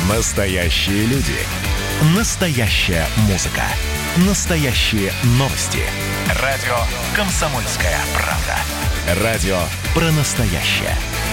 Настоящие люди. Настоящая музыка. Настоящие новости. Радио «Комсомольская правда». Радио про настоящее.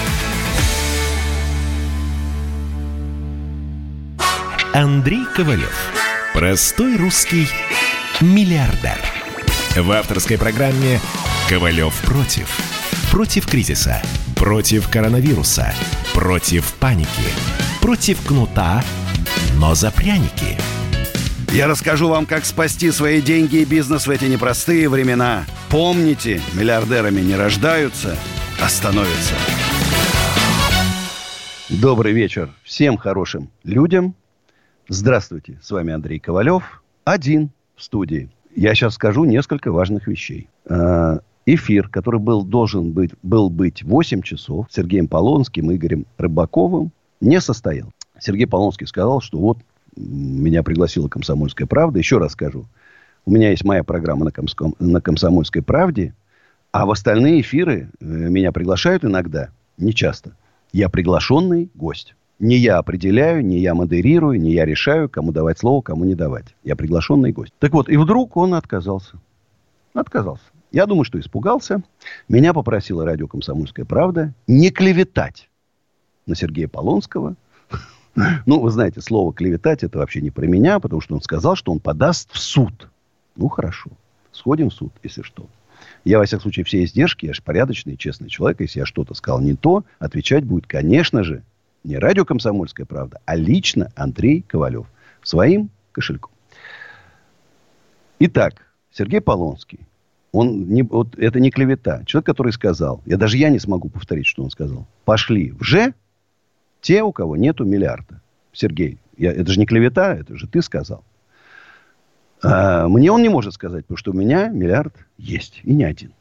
Андрей Ковалев. Простой русский миллиардер. В авторской программе «Ковалев против». Против кризиса. Против коронавируса. Против паники. Против кнута, но за пряники. Я расскажу вам, как спасти свои деньги и бизнес в эти непростые времена. Помните, миллиардерами не рождаются, а становятся. Добрый вечер всем хорошим людям. Здравствуйте, с вами Андрей Ковалев. Один в студии. Я сейчас скажу несколько важных вещей. Эфир, который должен быть в 8 часов с Сергеем Полонским и Игорем Рыбаковым, не состоял. Сергей Полонский сказал, что вот меня пригласила «Комсомольская правда». Еще раз скажу. У меня есть моя программа на «Комсомольской правде», а в остальные эфиры меня приглашают иногда, не часто. Я приглашенный гость. Не я определяю, не я модерирую, не я решаю, кому давать слово, кому не давать. Я приглашенный гость. Так вот, и вдруг он отказался. Отказался. Я думаю, что испугался. Меня попросила радио «Комсомольская правда» не клеветать на Сергея Полонского. Ну, вы знаете, слово «клеветать» это вообще не про меня, потому что он сказал, что он подаст в суд. Ну, хорошо. Сходим в суд, если что. Я, во всяком случае, все издержки, я же порядочный и честный человек. Если я что-то сказал не то, отвечать будет, конечно же, не радио «Комсомольская правда», а лично Андрей Ковалев. Своим кошельком. Итак, Сергей Полонский. Это не клевета. Человек, который сказал, я не смогу повторить, что он сказал. Пошли в Ж те, у кого нету миллиарда. Сергей, это же не клевета, это же ты сказал. Мне он не может сказать, потому что у меня миллиард есть. И не один.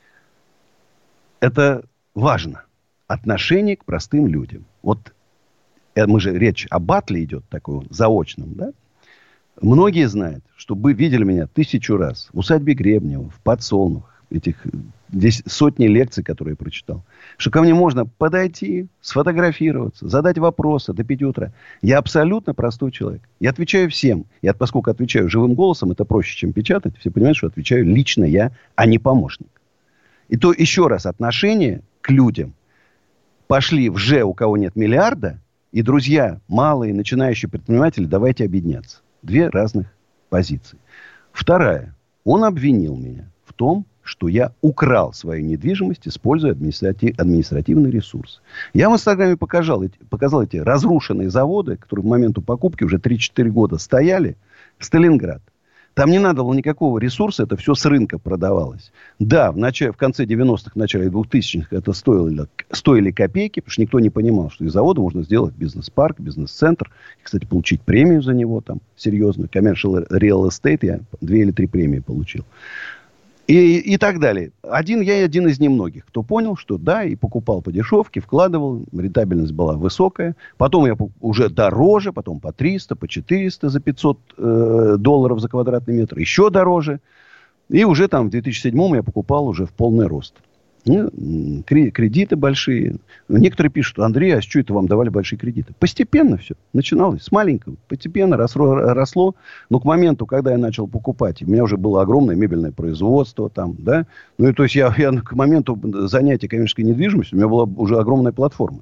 Это важно. Отношение к простым людям. Вот речь о батле идет такой заочном, да? Многие знают, что вы видели меня 1000 раз в усадьбе Гребнева, в Подсолнухах, здесь сотни лекций, которые я прочитал, что ко мне можно подойти, сфотографироваться, задать вопросы до 5 утра. Я абсолютно простой человек. Я отвечаю всем. Поскольку отвечаю живым голосом, это проще, чем печатать. Все понимают, что отвечаю лично я, а не помощник. И то еще раз отношение к людям. Пошли в Ж, у кого нет миллиарда, и, друзья, малые начинающие предприниматели, давайте объединяться. 2 разных позиции. Вторая. Он обвинил меня в том, что я украл свою недвижимость, используя административный ресурс. Я в Инстаграме показал эти разрушенные заводы, которые к моменту покупки уже 3-4 года стояли. Сталинград. Там не надо было никакого ресурса, это все с рынка продавалось. Да, в конце 90-х, в начале 2000-х это стоили копейки, потому что никто не понимал, что из завода можно сделать бизнес-парк, бизнес-центр. И, кстати, получить премию за него там серьезную. Commercial Real Estate я 2 или 3 премии получил. И так далее. Я один из немногих, кто понял, что да, и покупал по дешевке, вкладывал, рентабельность была высокая. Потом я уже дороже, потом по 300, по 400 за $500 за квадратный метр. Еще дороже. И уже там в 2007 я покупал уже в полный рост. Кредиты большие. Некоторые пишут: Андрей, а с чего это вам давали большие кредиты? Постепенно все. Начиналось с маленького. Постепенно росло. Но к моменту, когда я начал покупать, у меня уже было огромное мебельное производство там, да. Ну, и то есть, я к моменту занятия коммерческой недвижимостью, у меня была уже огромная платформа.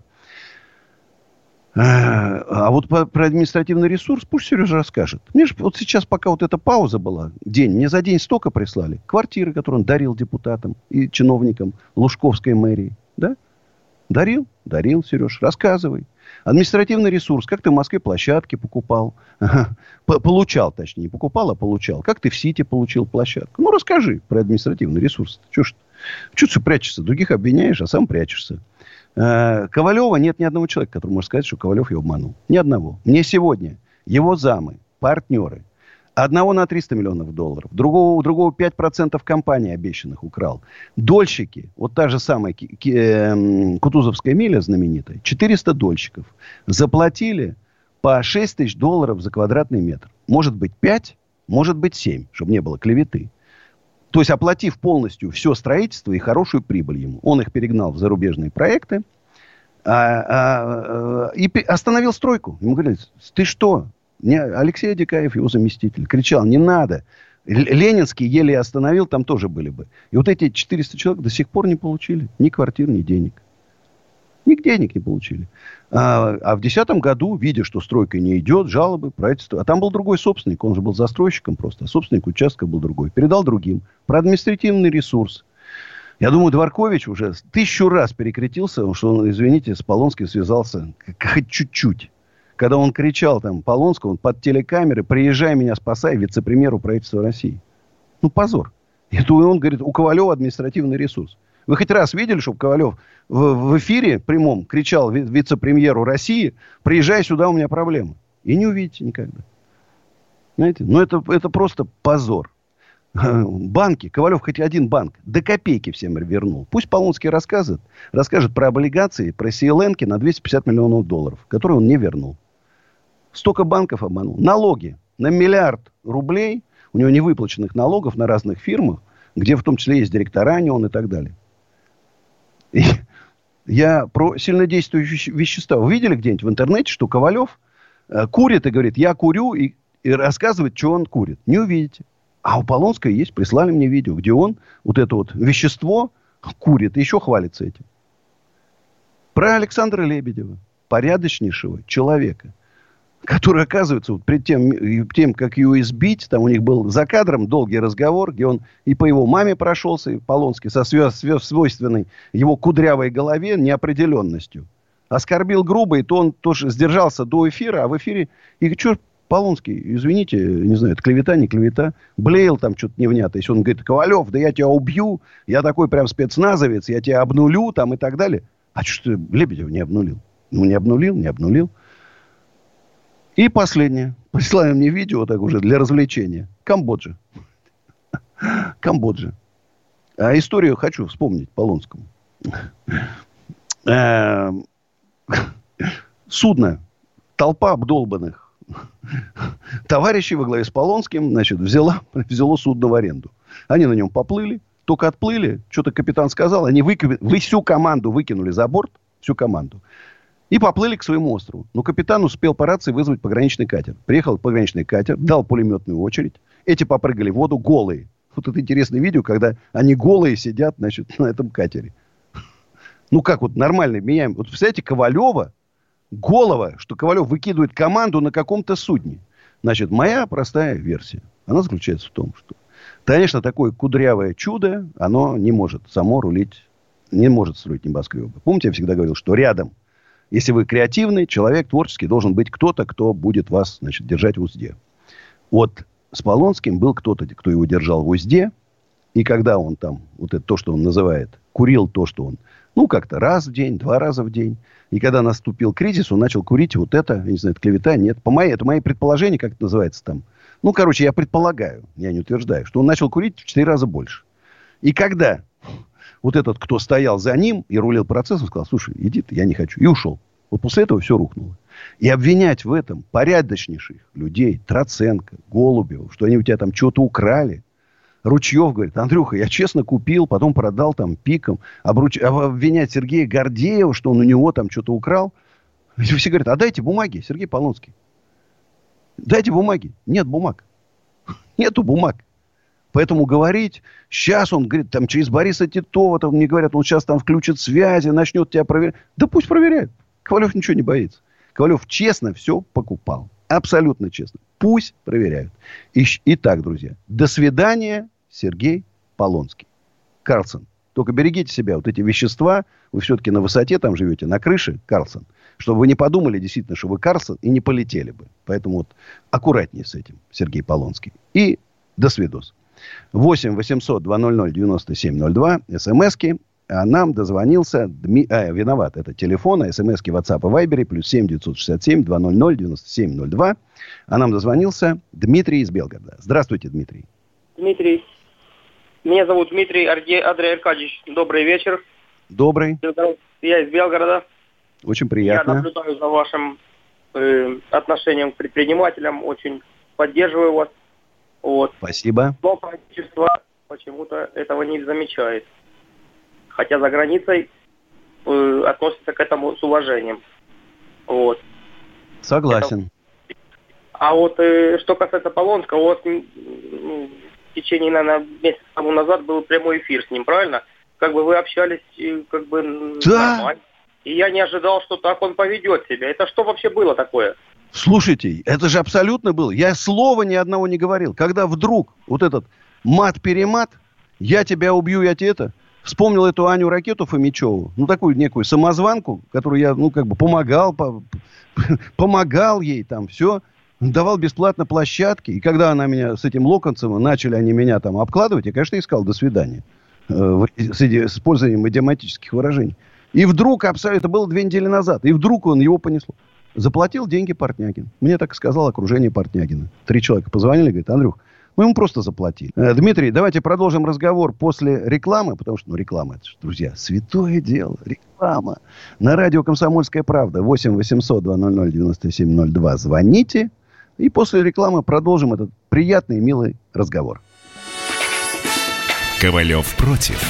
А вот про административный ресурс пусть Сережа расскажет. Мне же вот сейчас, пока вот эта пауза была, мне за день столько прислали. Квартиры, которые он дарил депутатам и чиновникам Лужковской мэрии. Да? Дарил, Сереж, рассказывай. Административный ресурс. Как ты в Москве площадки покупал? Получал, точнее. Не покупал, а получал. Как ты в Сити получил площадку? Ну, расскажи про административный ресурс. Чего ты прячешься? Других обвиняешь, а сам прячешься. Ковалева нет ни одного человека, который может сказать, что Ковалев его обманул. Ни одного. Мне сегодня его замы, партнеры, одного на $300 миллионов, другого 5% компаний обещанных украл. Дольщики, вот та же самая Кутузовская миля знаменитая, 400 дольщиков заплатили по $6 000 за квадратный метр. Может быть 5, может быть 7, чтобы не было клеветы. То есть, оплатив полностью все строительство и хорошую прибыль ему. Он их перегнал в зарубежные проекты. И остановил стройку. Ему говорили, ты что? Алексей Адикаев, его заместитель, кричал, не надо. Ленинский еле остановил, там тоже были бы. И вот эти 400 человек до сих пор не получили ни квартир, ни денег. Ни денег не получили. А в 2010 году, видя, что стройка не идет, жалобы, правительство. А там был другой собственник, он же был застройщиком просто. А собственник участка был другой. Передал другим. Про административный ресурс. Я думаю, Дворкович уже 1000 раз перекрестился, что он, извините, с Полонским связался хоть чуть-чуть. Когда он кричал там Полонскому под телекамеры, приезжай, меня спасай, вице-премьеру правительства России. Ну, позор. И он говорит, у Ковалева административный ресурс. Вы хоть раз видели, чтобы Ковалев в эфире прямом кричал вице-премьеру России, приезжай сюда, у меня проблемы. И не увидите никогда. Знаете? Ну, это просто позор. Банки, Ковалев хоть один банк до копейки всем вернул. Пусть Полонский расскажет про облигации, про CLN на $250 миллионов, которые он не вернул. Столько банков обманул. Налоги на $1 миллиард рублей, у него невыплаченных налогов на разных фирмах, где в том числе есть директора, не он и так далее. И я про сильнодействующие вещества. Вы видели где-нибудь в интернете, что Ковалев курит и говорит, я курю, и рассказывает, что он курит? Не увидите. А у Полонского есть, прислали мне видео, где он вот это вот вещество курит и еще хвалится этим. Про Александра Лебедева, порядочнейшего человека, который, оказывается, вот перед тем, как ее избить, там у них был за кадром долгий разговор, где он и по его маме прошелся, и Полонский, со свойственной его кудрявой голове неопределенностью. Оскорбил грубо, и то он тоже сдержался до эфира, а в эфире, и что Полонский, извините, не знаю, это клевета, не клевета, блеял там что-то невнятно. Если он говорит, Ковалев, да я тебя убью, я такой прям спецназовец, я тебя обнулю там и так далее. А что ты Лебедев не обнулил? Ну, не обнулил. И последнее. Прислали мне видео, так уже, для развлечения. Камбоджа. А историю хочу вспомнить Полонскому. Судно. Толпа обдолбанных товарищей во главе с Полонским, значит, взяло судно в аренду. Они на нем поплыли. Только отплыли. Что-то капитан сказал. Они всю команду выкинули за борт. Всю команду. И поплыли к своему острову. Но капитан успел по рации вызвать пограничный катер. Приехал пограничный катер, дал пулеметную очередь. Эти попрыгали в воду голые. Вот это интересное видео, когда они голые сидят, значит, на этом катере. Ну, как вот нормально меняем. Вот, представляете, Ковалева, голова, что Ковалев выкидывает команду на каком-то судне. Значит, моя простая версия, она заключается в том, что, конечно, такое кудрявое чудо, оно не может само рулить, не может строить небоскребы. Помните, я всегда говорил, что рядом, если вы креативный человек, творческий, должен быть кто-то, кто будет вас, значит, держать в узде. Вот с Полонским был кто-то, кто его держал в узде. И когда он там, вот это то, что он называет, курил то, что он, ну, как-то раз в день, 2 раза в день. И когда наступил кризис, он начал курить вот это, я не знаю, это клевета, нет. Это мои предположения, как это называется там. Ну, короче, я предполагаю, я не утверждаю, что он начал курить в 4 раза больше. И когда вот этот, кто стоял за ним и рулил процессом, сказал, слушай, иди ты, я не хочу. И ушел. Вот после этого все рухнуло. И обвинять в этом порядочнейших людей, Троценко, Голубева, что они у тебя там что-то украли. Ручьев говорит, Андрюха, я честно купил, потом продал там пиком. Обвинять Сергея Гордеева, что он у него там что-то украл. Все говорят, а дайте бумаги, Сергей Полонский. Дайте бумаги. Нет бумаг. Нету бумаг. Поэтому говорить, сейчас он, говорит, там через Бориса Титова, там мне говорят, он сейчас там включит связи, начнет тебя проверять. Да пусть проверяет. Ковалев ничего не боится. Ковалев честно все покупал. Абсолютно честно. Пусть проверяют. Итак, друзья, до свидания, Сергей Полонский. Карлсон, только берегите себя. Вот эти вещества, вы все-таки на высоте там живете, на крыше, Карлсон. Чтобы вы не подумали действительно, что вы Карлсон и не полетели бы. Поэтому вот аккуратнее с этим, Сергей Полонский. И до свидос. 8 800 200 9702. СМСки. А нам дозвонился виноват, это телефон, смски WhatsApp и Viber, плюс 7 967 200 9702. А нам дозвонился Дмитрий из Белгорода. Здравствуйте, Дмитрий. Дмитрий. Меня зовут Дмитрий Андрей Аркадьевич. Добрый вечер. Добрый. Я из Белгорода. Очень приятно. Я наблюдаю за вашим отношением к предпринимателям. Очень поддерживаю вас. Вот. Спасибо. Но правительство почему-то этого не замечает. Хотя за границей относятся к этому с уважением. Вот. Согласен. А вот что касается Полонского, у вас в течение, наверное, месяца тому назад был прямой эфир с ним, правильно? Как бы вы общались нормально. И я не ожидал, что так он поведет себя. Это что вообще было такое? Слушайте, это же абсолютно было. Я слова ни одного не говорил. Когда вдруг вот этот мат-перемат, я тебя убью, я тебе это... Вспомнил эту Аню Ракету Фомичеву, такую некую самозванку, которую я, помогал ей там, все, давал бесплатно площадки. И когда она меня с этим Локонцевым, начали они меня там обкладывать, я, конечно, искал «до свидания» с использованием идиоматических выражений. И вдруг, это было 2 недели назад, и вдруг его понесло. Заплатил деньги Портнягин. Мне так и сказал окружение Портнягина. 3 человека позвонили, говорят: Андрюх, мы ему просто заплатили. Дмитрий, давайте продолжим разговор после рекламы, потому что, реклама, это же, друзья, святое дело, реклама. На радио «Комсомольская правда», 8 800 200 9702. Звоните, и после рекламы продолжим этот приятный и милый разговор. Ковалев против.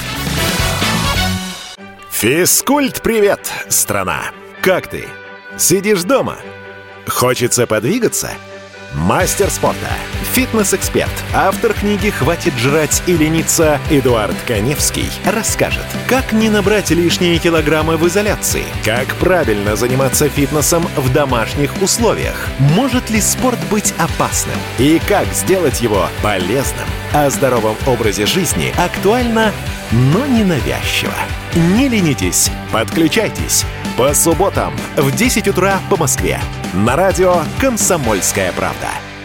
Физкульт-привет, страна! Как ты? Сидишь дома? Хочется подвигаться? Мастер спорта, фитнес-эксперт, автор книги «Хватит жрать и лениться» Эдуард Каневский расскажет, как не набрать лишние килограммы в изоляции, как правильно заниматься фитнесом в домашних условиях, может ли спорт быть опасным и как сделать его полезным. О здоровом образе жизни актуально, но не навязчиво. Не ленитесь, подключайтесь. По субботам в 10 утра по Москве. На радио «Комсомольская правда».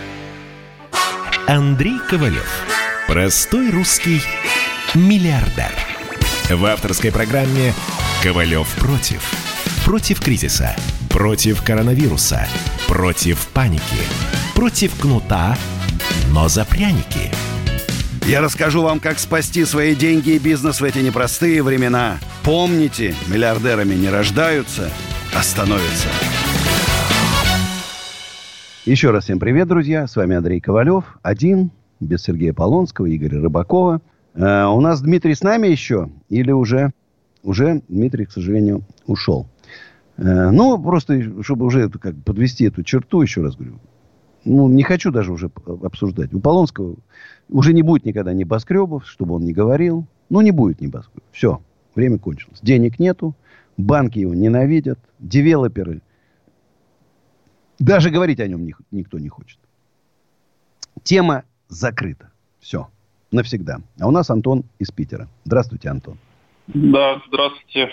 Андрей Ковалев. Простой русский миллиардер. В авторской программе «Ковалев против». Против кризиса, против коронавируса, против паники, против кнута, но за пряники. Я расскажу вам, как спасти свои деньги и бизнес в эти непростые времена. Помните, миллиардерами не рождаются, а становятся. Еще раз всем привет, друзья. С вами Андрей Ковалев. Один, без Сергея Полонского, Игоря Рыбакова. У нас Дмитрий с нами еще? Или уже Дмитрий, к сожалению, ушел? Просто, чтобы уже подвести эту черту, еще раз говорю. Не хочу даже уже обсуждать. У Полонского уже не будет никогда небоскребов, чтобы он не говорил. Не будет небоскребов. Все, время кончилось. Денег нету, банки его ненавидят, девелоперы. Даже говорить о нем никто не хочет. Тема закрыта. Все, навсегда. А у нас Антон из Питера. Здравствуйте, Антон. Да, здравствуйте.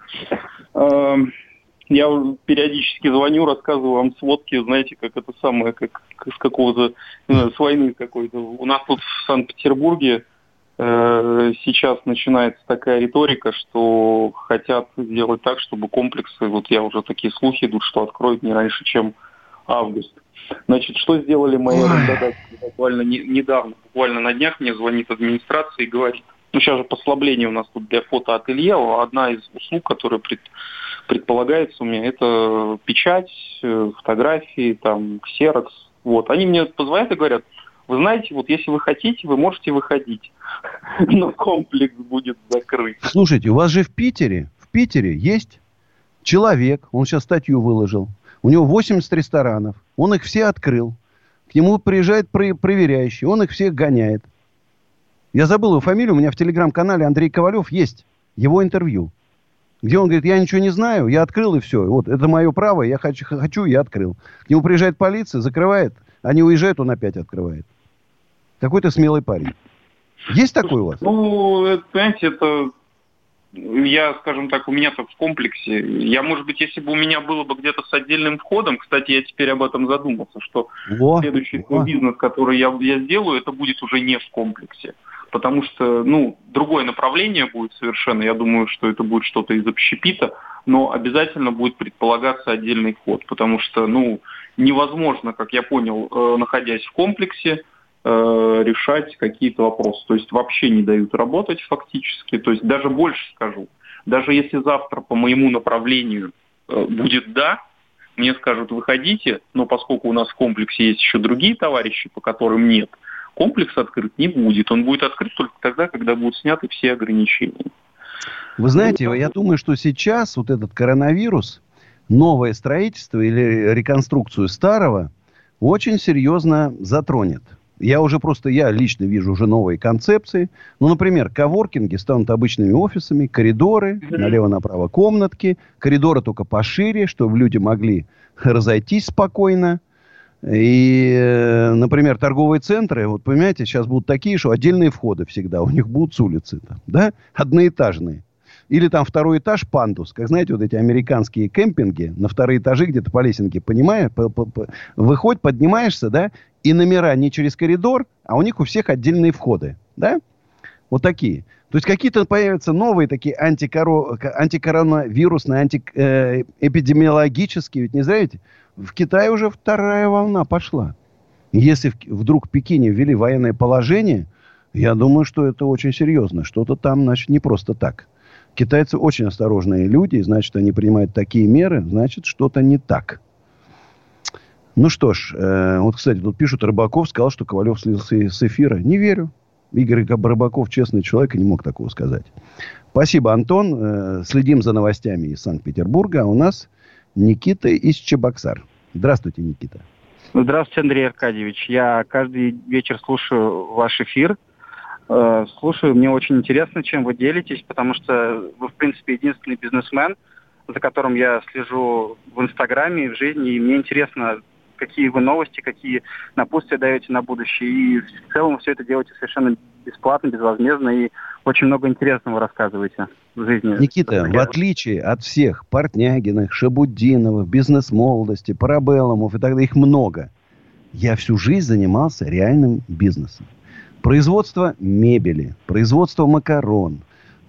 Я периодически звоню, рассказываю вам сводки, знаете, как это самое, как с какого-то, с войны какой-то. У нас тут в Санкт-Петербурге сейчас начинается такая риторика, что хотят сделать так, чтобы комплексы, я уже такие слухи идут, что откроют не раньше, чем август. Значит, что сделали мои арендодатели буквально недавно, буквально на днях мне звонит администрация и говорит, сейчас же послабление у нас тут для фотоателье, одна из услуг, которая предполагается у меня, это печать, фотографии, ксерокс. Они мне позвонят и говорят: вы знаете, если вы хотите, вы можете выходить, но комплекс будет закрыт. Слушайте, у вас же в Питере есть человек, он сейчас статью выложил, у него 80 ресторанов, он их все открыл, к нему приезжает проверяющий, он их всех гоняет. Я забыл его фамилию, у меня в телеграм-канале Андрей Ковалев есть его интервью, где он говорит: я ничего не знаю, я открыл и все. Это мое право, я хочу, я открыл. К нему приезжает полиция, закрывает, они уезжают, он опять открывает. Какой-то смелый парень. Есть такой у вас? Понимаете, я, скажем так, у меня-то в комплексе. Я, может быть, если бы у меня было бы где-то с отдельным входом, кстати, я теперь об этом задумался, что следующий бизнес, который я сделаю, это будет уже не в комплексе. Потому что, другое направление будет совершенно. Я думаю, что это будет что-то из общепита, но обязательно будет предполагаться отдельный вход. Потому что, невозможно, как я понял, находясь в комплексе, решать какие-то вопросы. То есть вообще не дают работать фактически. То есть даже больше скажу. Даже если завтра по моему направлению будет «да», мне скажут: выходите, но поскольку у нас в комплексе есть еще другие товарищи, по которым нет, комплекс открыт не будет. Он будет открыт только тогда, когда будут сняты все ограничения. Вы знаете, я думаю, что сейчас вот этот коронавирус, новое строительство или реконструкцию старого очень серьезно затронет. Я лично вижу уже новые концепции. Ну, например, коворкинги станут обычными офисами, коридоры, налево-направо комнатки, коридоры только пошире, чтобы люди могли разойтись спокойно. И, например, торговые центры, вот понимаете, сейчас будут такие, что отдельные входы всегда у них будут с улицы, там, да, одноэтажные. Или там второй этаж пандус. Как знаете, вот эти американские кемпинги на вторые этажи где-то по лесенке, понимаешь, выходь, поднимаешься, да, и номера не через коридор, а у них у всех отдельные входы, да? Вот такие. То есть какие-то появятся новые такие антикоронавирусные, антиэпидемиологические. Ведь не знаете, в Китае уже вторая волна пошла. И если вдруг в Пекине ввели военное положение, я думаю, что это очень серьезно. Что-то там, значит, не просто так. Китайцы очень осторожные люди, значит, они принимают такие меры, значит, что-то не так. Ну что ж, вот, кстати, тут пишут, Рыбаков сказал, что Ковалев слился с эфира. Не верю. Игорь Рыбаков честный человек и не мог такого сказать. Спасибо, Антон. Следим за новостями из Санкт-Петербурга. А у нас Никита из Чебоксар. Здравствуйте, Никита. Здравствуйте, Андрей Аркадьевич. Я каждый вечер слушаю ваш эфир. Слушаю, мне очень интересно, чем вы делитесь, потому что вы, в принципе, единственный бизнесмен, за которым я слежу в Инстаграме и в жизни, и мне интересно, какие вы новости, какие напутствия даете на будущее. И в целом все это делаете совершенно бесплатно, безвозмездно, и очень много интересного рассказываете в жизни. Никита, в отличие от всех Портнягиных, Шабуддиновых, бизнес-молодости, Парабеллумов и так далее, их много, я всю жизнь занимался реальным бизнесом. Производство мебели, производство макарон,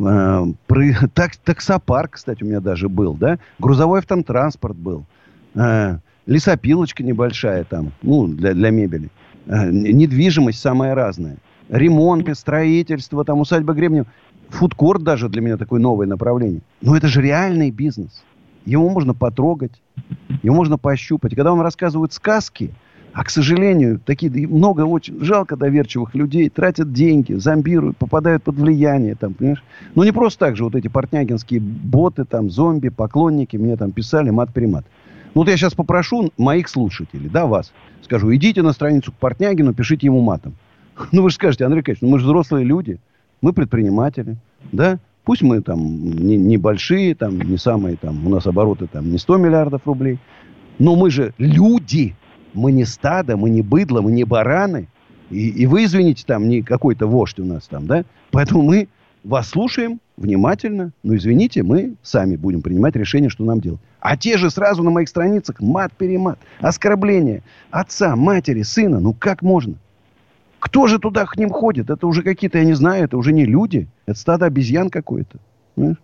таксопарк, кстати, у меня даже был, да, грузовой автотранспорт был, лесопилочка небольшая там, ну, для мебели, недвижимость самая разная, ремонты, строительство, там, усадьба Гребнева, фудкорт даже для меня такое новое направление. Но это же реальный бизнес. Его можно потрогать, его можно пощупать. И когда вам рассказывают сказки, а, к сожалению, такие много очень жалко доверчивых людей, тратят деньги, зомбируют, попадают под влияние, там, понимаешь? Ну, не просто так же вот эти портнягинские боты, там, зомби, поклонники мне там писали мат-перемат. Ну, вот я сейчас попрошу моих слушателей, да, вас, скажу, идите на страницу к Портнягину, пишите ему матом. Ну, вы же скажете, Андрей Аркадьевич, ну, мы же взрослые люди, мы предприниматели, да? Пусть мы там небольшие, там, не самые, там, у нас обороты там не 100 миллиардов рублей, но мы же люди. Мы не стадо, мы не быдло, мы не бараны. И вы, извините, там не какой-то вождь у нас там, да? Поэтому мы вас слушаем внимательно. Но, извините, мы сами будем принимать решение, что нам делать. А те же сразу на моих страницах мат-перемат, оскорбления отца, матери, сына. Ну, как можно? Кто же туда к ним ходит? Это уже какие-то, я не знаю, это уже не люди. Это стадо обезьян какое-то. Понимаешь?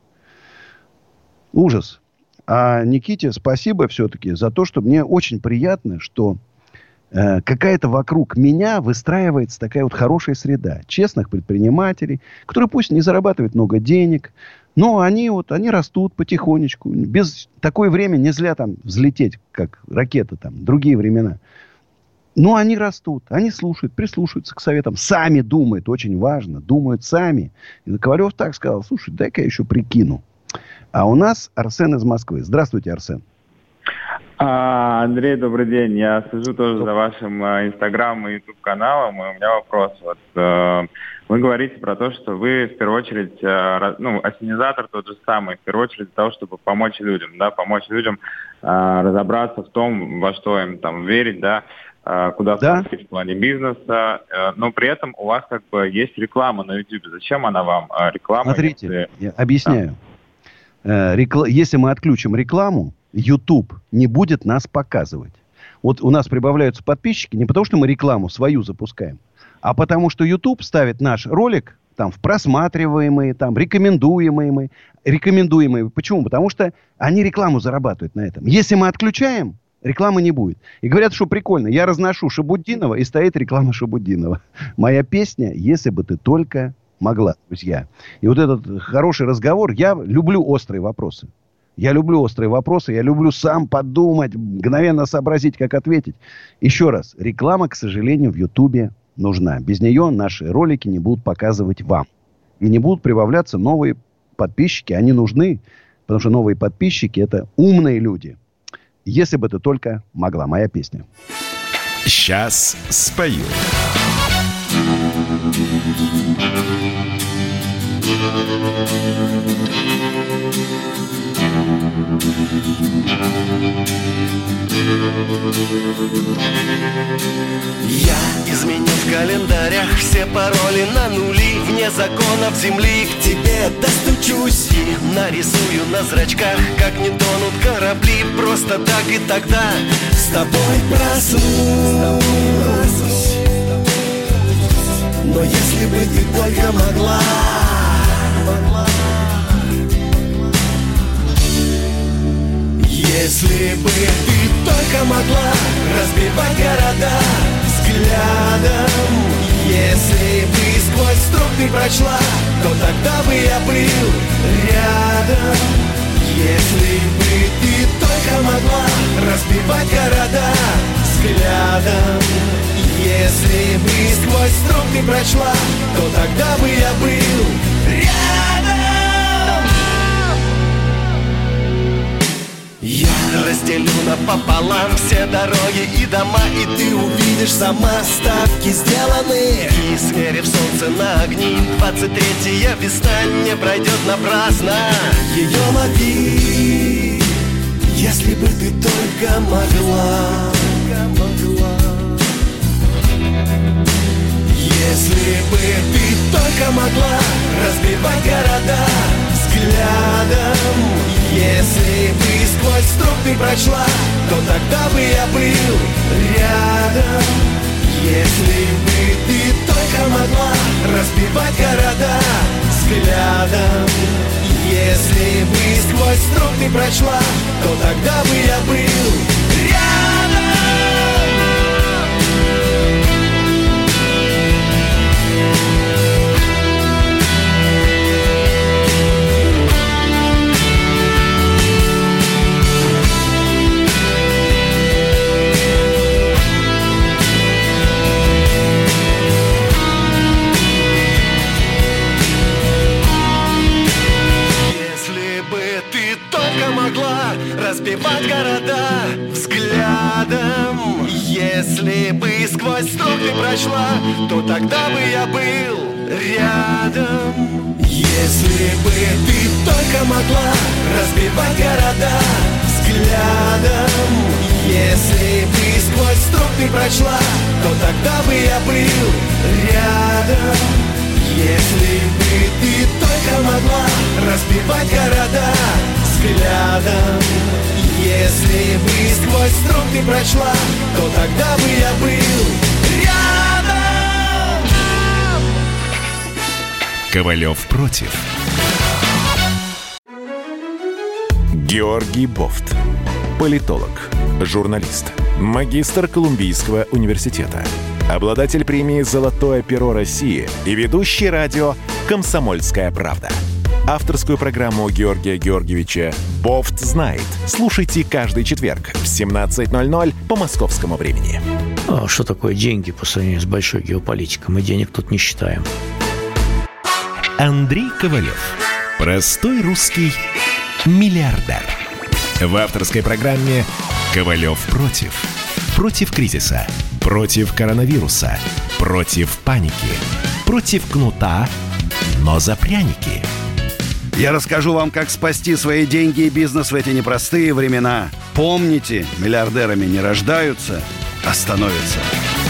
Ужас. А Никите спасибо все-таки за то, что мне очень приятно, что какая-то вокруг меня выстраивается такая вот хорошая среда. Честных предпринимателей, которые пусть не зарабатывают много денег, но они растут потихонечку. Без такое время нельзя там взлететь, как ракета там, другие времена. Но они растут, они слушают, прислушиваются к советам, сами думают, очень важно, думают сами. И Ковалев так сказал, слушай, дай-ка я еще прикину. А у нас Арсен из Москвы. Здравствуйте, Арсен. Андрей, добрый день. Я слежу тоже за вашим Инстаграм и Ютуб каналом. И у меня вопрос. Вот, вы говорите про то, что вы в первую очередь, ассенизатор тот же самый, в первую очередь для того, чтобы помочь людям, да, помочь людям разобраться в том, во что им там верить, да, куда смотреть в плане бизнеса, но при этом у вас как бы есть реклама на YouTube. Зачем она вам? Реклама? Смотрите, я объясняю. Если мы отключим рекламу, YouTube не будет нас показывать. Вот у нас прибавляются подписчики не потому, что мы рекламу свою запускаем, а потому что YouTube ставит наш ролик там в просматриваемые, там рекомендуемые. Почему? Потому что они рекламу зарабатывают на этом. Если мы отключаем, рекламы не будет. И говорят, что прикольно. Я разношу Шабуддинова, и стоит реклама Шабуддинова. Моя песня «Если бы ты только могла», друзья. И вот этот хороший разговор. Я люблю острые вопросы. Я люблю сам подумать, мгновенно сообразить, как ответить. Еще раз. Реклама, к сожалению, в Ютубе нужна. Без нее наши ролики не будут показывать вам. И не будут прибавляться новые подписчики, они нужны. Потому что новые подписчики – это умные люди. Если бы ты только могла. Моя песня. Сейчас спою. Я изменю в календарях все пароли на нули. Вне законов земли к тебе достучусь и нарисую на зрачках, как не тонут корабли. Просто так и тогда с тобой проснусь. Но если бы ты только могла, если бы ты только могла разбивать города взглядом, если бы сквозь струк ты прочла, то тогда бы я был рядом. Если бы ты только могла разбивать города взглядом, если бы сквозь струк ты прочла, то тогда бы я был рядом. Я разделю напополам все дороги и дома, и ты увидишь сама, ставки сделаны. И смерив солнце на огни, 23-я весна не пройдет напрасно. Ее лови, если бы ты только могла. Если бы ты только могла разбивать города взглядом, если бы сквозь струк ты прочла, то тогда бы я был рядом. Если бы ты только могла разбивать города взглядом, если бы сквозь струк ты прочла, то тогда бы я был рядом. Могла разбивать города взглядом, если бы сквозь струк ты прочла, то тогда бы я был рядом. Если бы ты только могла разбивать города взглядом, если бы сквозь струк ты прочла, то тогда бы я был рядом. Если бы ты только могла разбивать города взглядом, если бы сквозь струк ты прочла, то тогда бы я был рядом. Ковалев против. Георгий Бофт. Политолог, журналист, магистр Колумбийского университета, обладатель премии «Золотое перо России» и ведущий радио «Комсомольская правда». Авторскую программу Георгия Георгиевича «Бофт знает». Слушайте каждый четверг в 17:00 по московскому времени. А что такое деньги по сравнению с большой геополитикой? Мы денег тут не считаем. Андрей Ковалев. Простой русский миллиардер. В авторской программе «Ковалев против». Против кризиса, против коронавируса, против паники, против кнута, но за пряники. Я расскажу вам, как спасти свои деньги и бизнес в эти непростые времена. Помните, миллиардерами не рождаются, а становятся.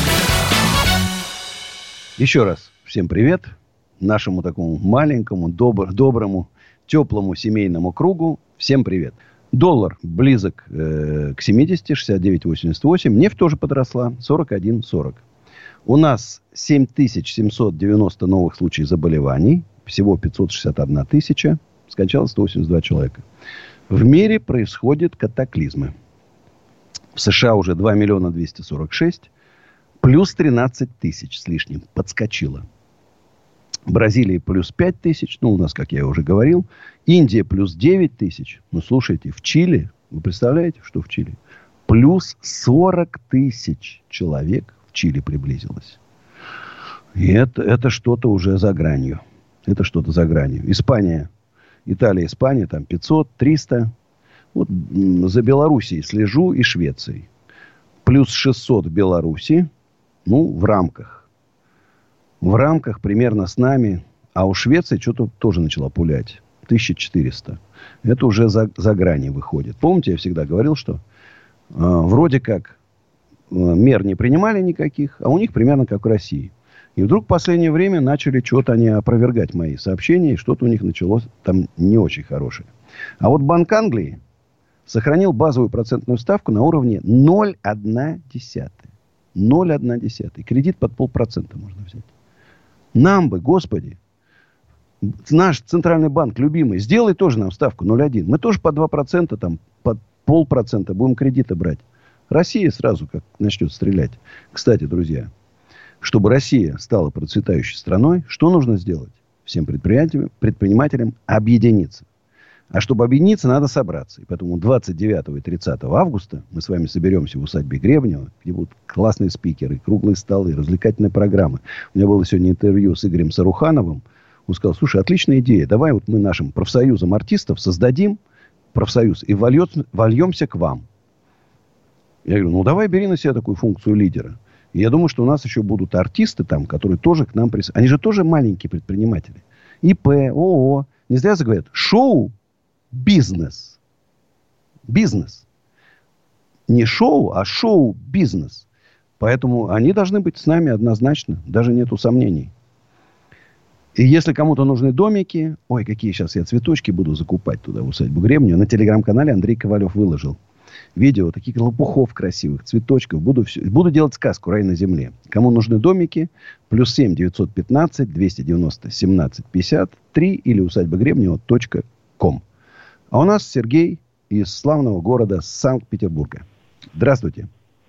Еще раз всем привет. Нашему такому маленькому, доброму, теплому семейному кругу. Всем привет. Доллар близок к 70, 69,88. Нефть тоже подросла, 41,40. У нас 7790 новых случаев заболеваний. Всего 561 тысяча. Скончалось 182 человека. В мире происходят катаклизмы. В США уже 2 миллиона 246. Плюс 13 тысяч с лишним. Подскочило. В Бразилии плюс 5 тысяч. Ну, у нас, как я уже говорил. Индия плюс 9 тысяч. Ну, слушайте, в Чили. Вы представляете, что в Чили? Плюс 40 тысяч человек в Чили приблизилось. И это что-то уже за гранью. Это что-то за гранью. Испания Италия, Испания, там 500, 300. Вот за Белоруссией слежу и Швецией. Плюс 600 в Беларуси. Ну, в рамках. В рамках примерно с нами. А у Швеции что-то тоже начала пулять. 1400. Это уже за грани выходит. Помните, я всегда говорил, что вроде как мер не принимали никаких, а у них примерно как в России. И вдруг в последнее время начали что-то они опровергать мои сообщения, и что-то у них началось там не очень хорошее. А вот Банк Англии сохранил базовую процентную ставку на уровне 0,1. 0,1. Кредит под 0,5% можно взять. Нам бы, Господи, наш центральный банк любимый, сделай тоже нам ставку 0,1. Мы тоже по 2%, там, по 0,5% будем кредиты брать. Россия сразу как начнет стрелять. Кстати, друзья, чтобы Россия стала процветающей страной, что нужно сделать? Всем предпринимателям объединиться. А чтобы объединиться, надо собраться. И поэтому 29 и 30 августа мы с вами соберемся в усадьбе Гребнева, где будут классные спикеры, круглые столы, развлекательные программы. У меня было сегодня интервью с Игорем Сарухановым. Он сказал, слушай, отличная идея. Давай вот мы нашим профсоюзом артистов создадим профсоюз и вольемся к вам. Я говорю, ну давай бери на себя такую функцию лидера. И я думаю, что у нас еще будут артисты там, которые тоже к нам присоединятся. Они же тоже маленькие предприниматели. ИП, ООО. Не зря говорят, шоу-бизнес. Бизнес. Не шоу, а шоу-бизнес. Поэтому они должны быть с нами однозначно. Даже нету сомнений. И если кому-то нужны домики... Ой, какие сейчас я цветочки буду закупать туда, в усадьбу Гребнева. На телеграм-канале Андрей Ковалев выложил видео таких лопухов красивых, цветочков. Буду делать сказку «Рай на земле». Кому нужны домики, +7 915 290 17 53 или усадьбагребнева.ком. А у нас Сергей из славного города Санкт-Петербурга. Здравствуйте.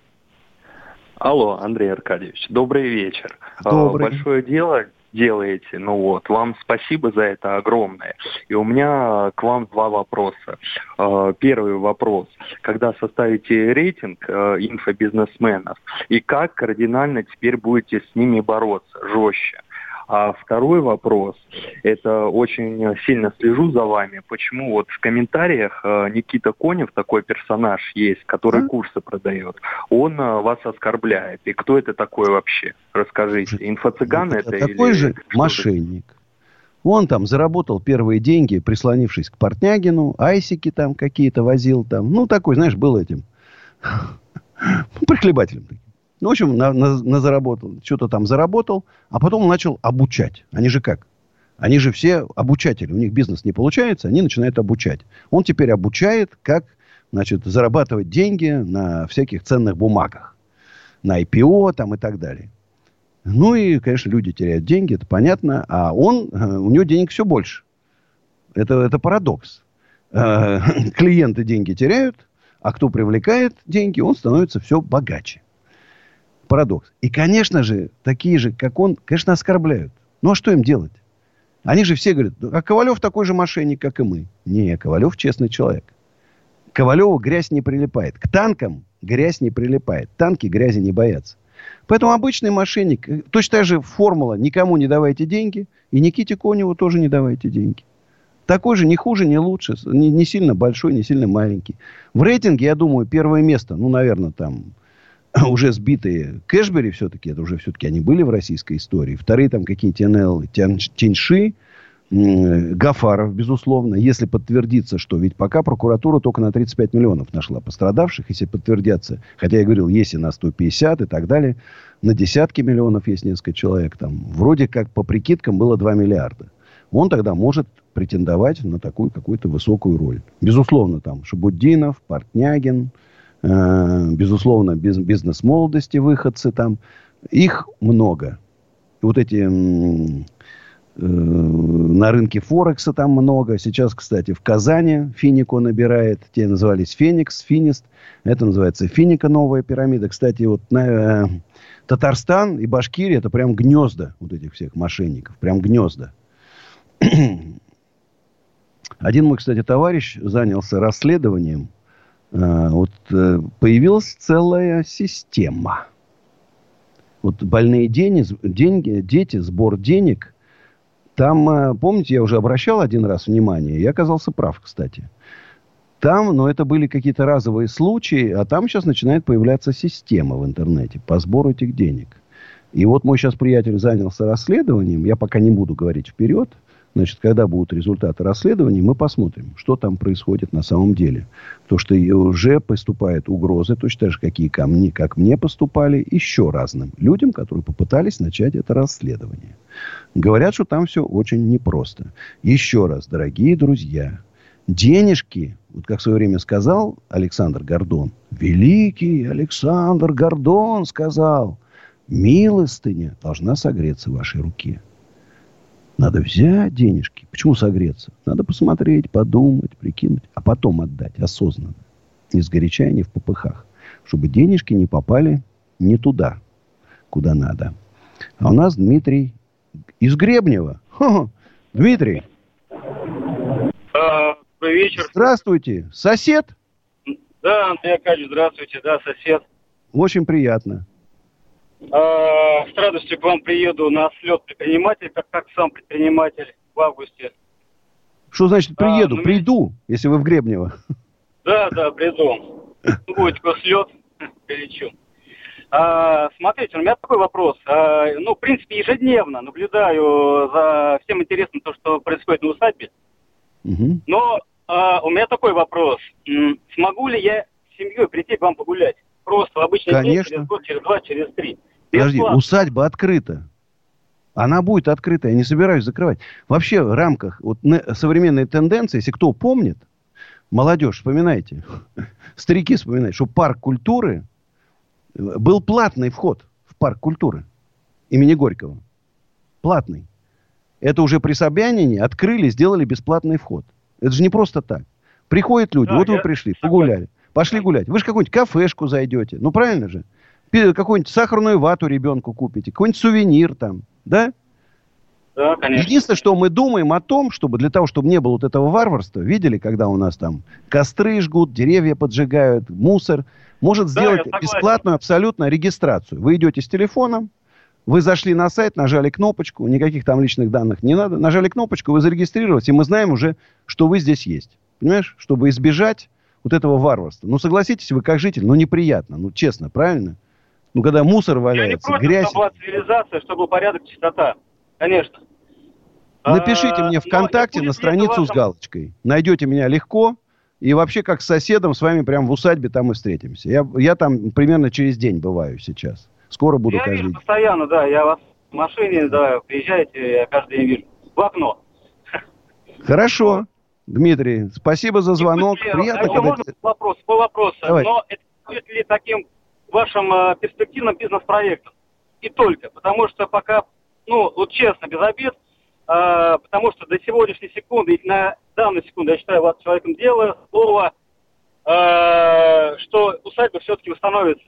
Алло, Андрей Аркадьевич, добрый вечер. Добрый. Большое дело делаете, вам спасибо за это огромное. И у меня к вам два вопроса. Первый вопрос. Когда составите рейтинг инфобизнесменов, и как кардинально теперь будете с ними бороться, жестче? А второй вопрос, это очень сильно слежу за вами, почему вот в комментариях Никита Конев, такой персонаж есть, который курсы продает, он вас оскорбляет. И кто это такой вообще? Расскажите. Инфо-цыган это или... Такой же мошенник. Он там заработал первые деньги, прислонившись к Портнягину, айсики там какие-то возил там. Ну, такой, знаешь, был этим прихлебателем таким. Ну, в общем, заработал, что-то там заработал, а потом он начал обучать. Они же как? Они же все обучатели. У них бизнес не получается, они начинают обучать. Он теперь обучает, как, значит, зарабатывать деньги на всяких ценных бумагах. На IPO там и так далее. Ну, и, конечно, люди теряют деньги, это понятно. А у него денег все больше. Это парадокс. Клиенты деньги теряют, а кто привлекает деньги, он становится все богаче. Парадокс. И, конечно же, такие же, как он, конечно, оскорбляют. Ну, а что им делать? Они же все говорят, а Ковалев такой же мошенник, как и мы. Не, Ковалев честный человек. Ковалеву грязь не прилипает. К танкам грязь не прилипает. Танки грязи не боятся. Поэтому обычный мошенник, точно так же формула «никому не давайте деньги», и Никите Коневу тоже не давайте деньги. Такой же, не хуже, не лучше, не сильно большой, не сильно маленький. В рейтинге, я думаю, первое место, наверное, там... уже сбитые Кэшбери все-таки, это уже все-таки они были в российской истории. Вторые там какие-нибудь НЛ, Тяньши, Гафаров, безусловно. Если подтвердится, что ведь пока прокуратура только на 35 миллионов нашла пострадавших, если подтвердятся, хотя я говорил, есть и на 150 и так далее, на десятки миллионов есть несколько человек. Там вроде как по прикидкам было 2 миллиарда. Он тогда может претендовать на такую какую-то высокую роль. Безусловно, там Шабуддинов, Портнягин, безусловно, бизнес молодости, выходцы там. Их много. Вот эти на рынке Форекса там много. Сейчас, кстати, в Казани Финико набирает. Те назывались Феникс, Финист. Это называется Финика, новая пирамида. Кстати, вот Татарстан и Башкирия это прям гнезда вот этих всех мошенников. Прям гнезда. Один мой, кстати, товарищ занялся расследованием. Появилась целая система. Вот больные дети, сбор денег. Там, помните, я уже обращал один раз внимание, я оказался прав, кстати. Там, но это были какие-то разовые случаи, а там сейчас начинает появляться система в интернете по сбору этих денег. И вот мой сейчас приятель занялся расследованием, я пока не буду говорить вперед, значит, когда будут результаты расследований, мы посмотрим, что там происходит на самом деле. То, что уже поступают угрозы, точно так же, какие ко мне, как мне поступали, еще разным людям, которые попытались начать это расследование. Говорят, что там все очень непросто. Еще раз, дорогие друзья, денежки, вот как в свое время сказал Александр Гордон, великий Александр Гордон сказал, милостыня должна согреться в вашей руке. Надо взять денежки. Почему согреться? Надо посмотреть, подумать, прикинуть, а потом отдать осознанно. Не сгоряча и не в попыхах. Чтобы денежки не попали не туда, куда надо. А у нас Дмитрий из Гребнева. Хо-хо. Дмитрий. Добрый вечер. Здравствуйте. Сосед? Да, Андрей Аркадьевич, здравствуйте. Да, сосед. Очень приятно. С радостью к вам приеду на слет предпринимателя, как сам предприниматель в августе. Что значит приеду? Приду, если вы в Гребнево. Да, приду. Будет такой слет, прилечу. Смотрите, у меня такой вопрос. В принципе, ежедневно наблюдаю за всем интересным то, что происходит на усадьбе. Угу. Но у меня такой вопрос. Смогу ли я с семьей прийти к вам погулять? Просто в обычный день, через год, через два, через три. Подожди, усадьба открыта. Она будет открыта. Я не собираюсь закрывать. Вообще в рамках современной тенденции, если кто помнит, молодежь, вспоминайте, старики вспоминайте, что парк культуры был платный вход в парк культуры имени Горького. Платный. Это уже при Собянине открыли, сделали бесплатный вход. Это же не просто так. Приходят люди, вот вы пришли, погуляли. Пошли гулять. Вы же какую-нибудь кафешку зайдете. Ну, правильно же? Какую-нибудь сахарную вату ребенку купите. Какой-нибудь сувенир там. Да? Да, конечно. Единственное, что мы думаем о том, чтобы для того, чтобы не было вот этого варварства, видели, когда у нас там костры жгут, деревья поджигают, мусор, может сделать бесплатную абсолютно регистрацию. Вы идете с телефоном, вы зашли на сайт, нажали кнопочку, никаких там личных данных не надо, нажали кнопочку, вы зарегистрировались, и мы знаем уже, что вы здесь есть. Понимаешь? Чтобы избежать вот этого варварства. Ну, согласитесь, вы как житель, неприятно, честно, правильно? Когда мусор валяется, грязь. Я не против, чтобы была цивилизация, чтобы был порядок, чистота. Конечно. Напишите мне ВКонтакте на страницу с галочкой. Найдете меня легко. И вообще, как с соседом, с вами прямо в усадьбе там и встретимся. Я там примерно через день бываю сейчас. Скоро буду каждый день. Я вижу постоянно, да. Я вас в машине, да, приезжаете, я каждый день вижу. В окно. Хорошо. Дмитрий, спасибо за звонок. Приятно. Можно вопроса. Давай. Но это будет ли таким вашим перспективным бизнес-проектом? И только. Потому что пока, честно, без обид, потому что до сегодняшней секунды, и на данную секунду, я считаю вас человеком дела, слова, что усадьба все-таки восстановится.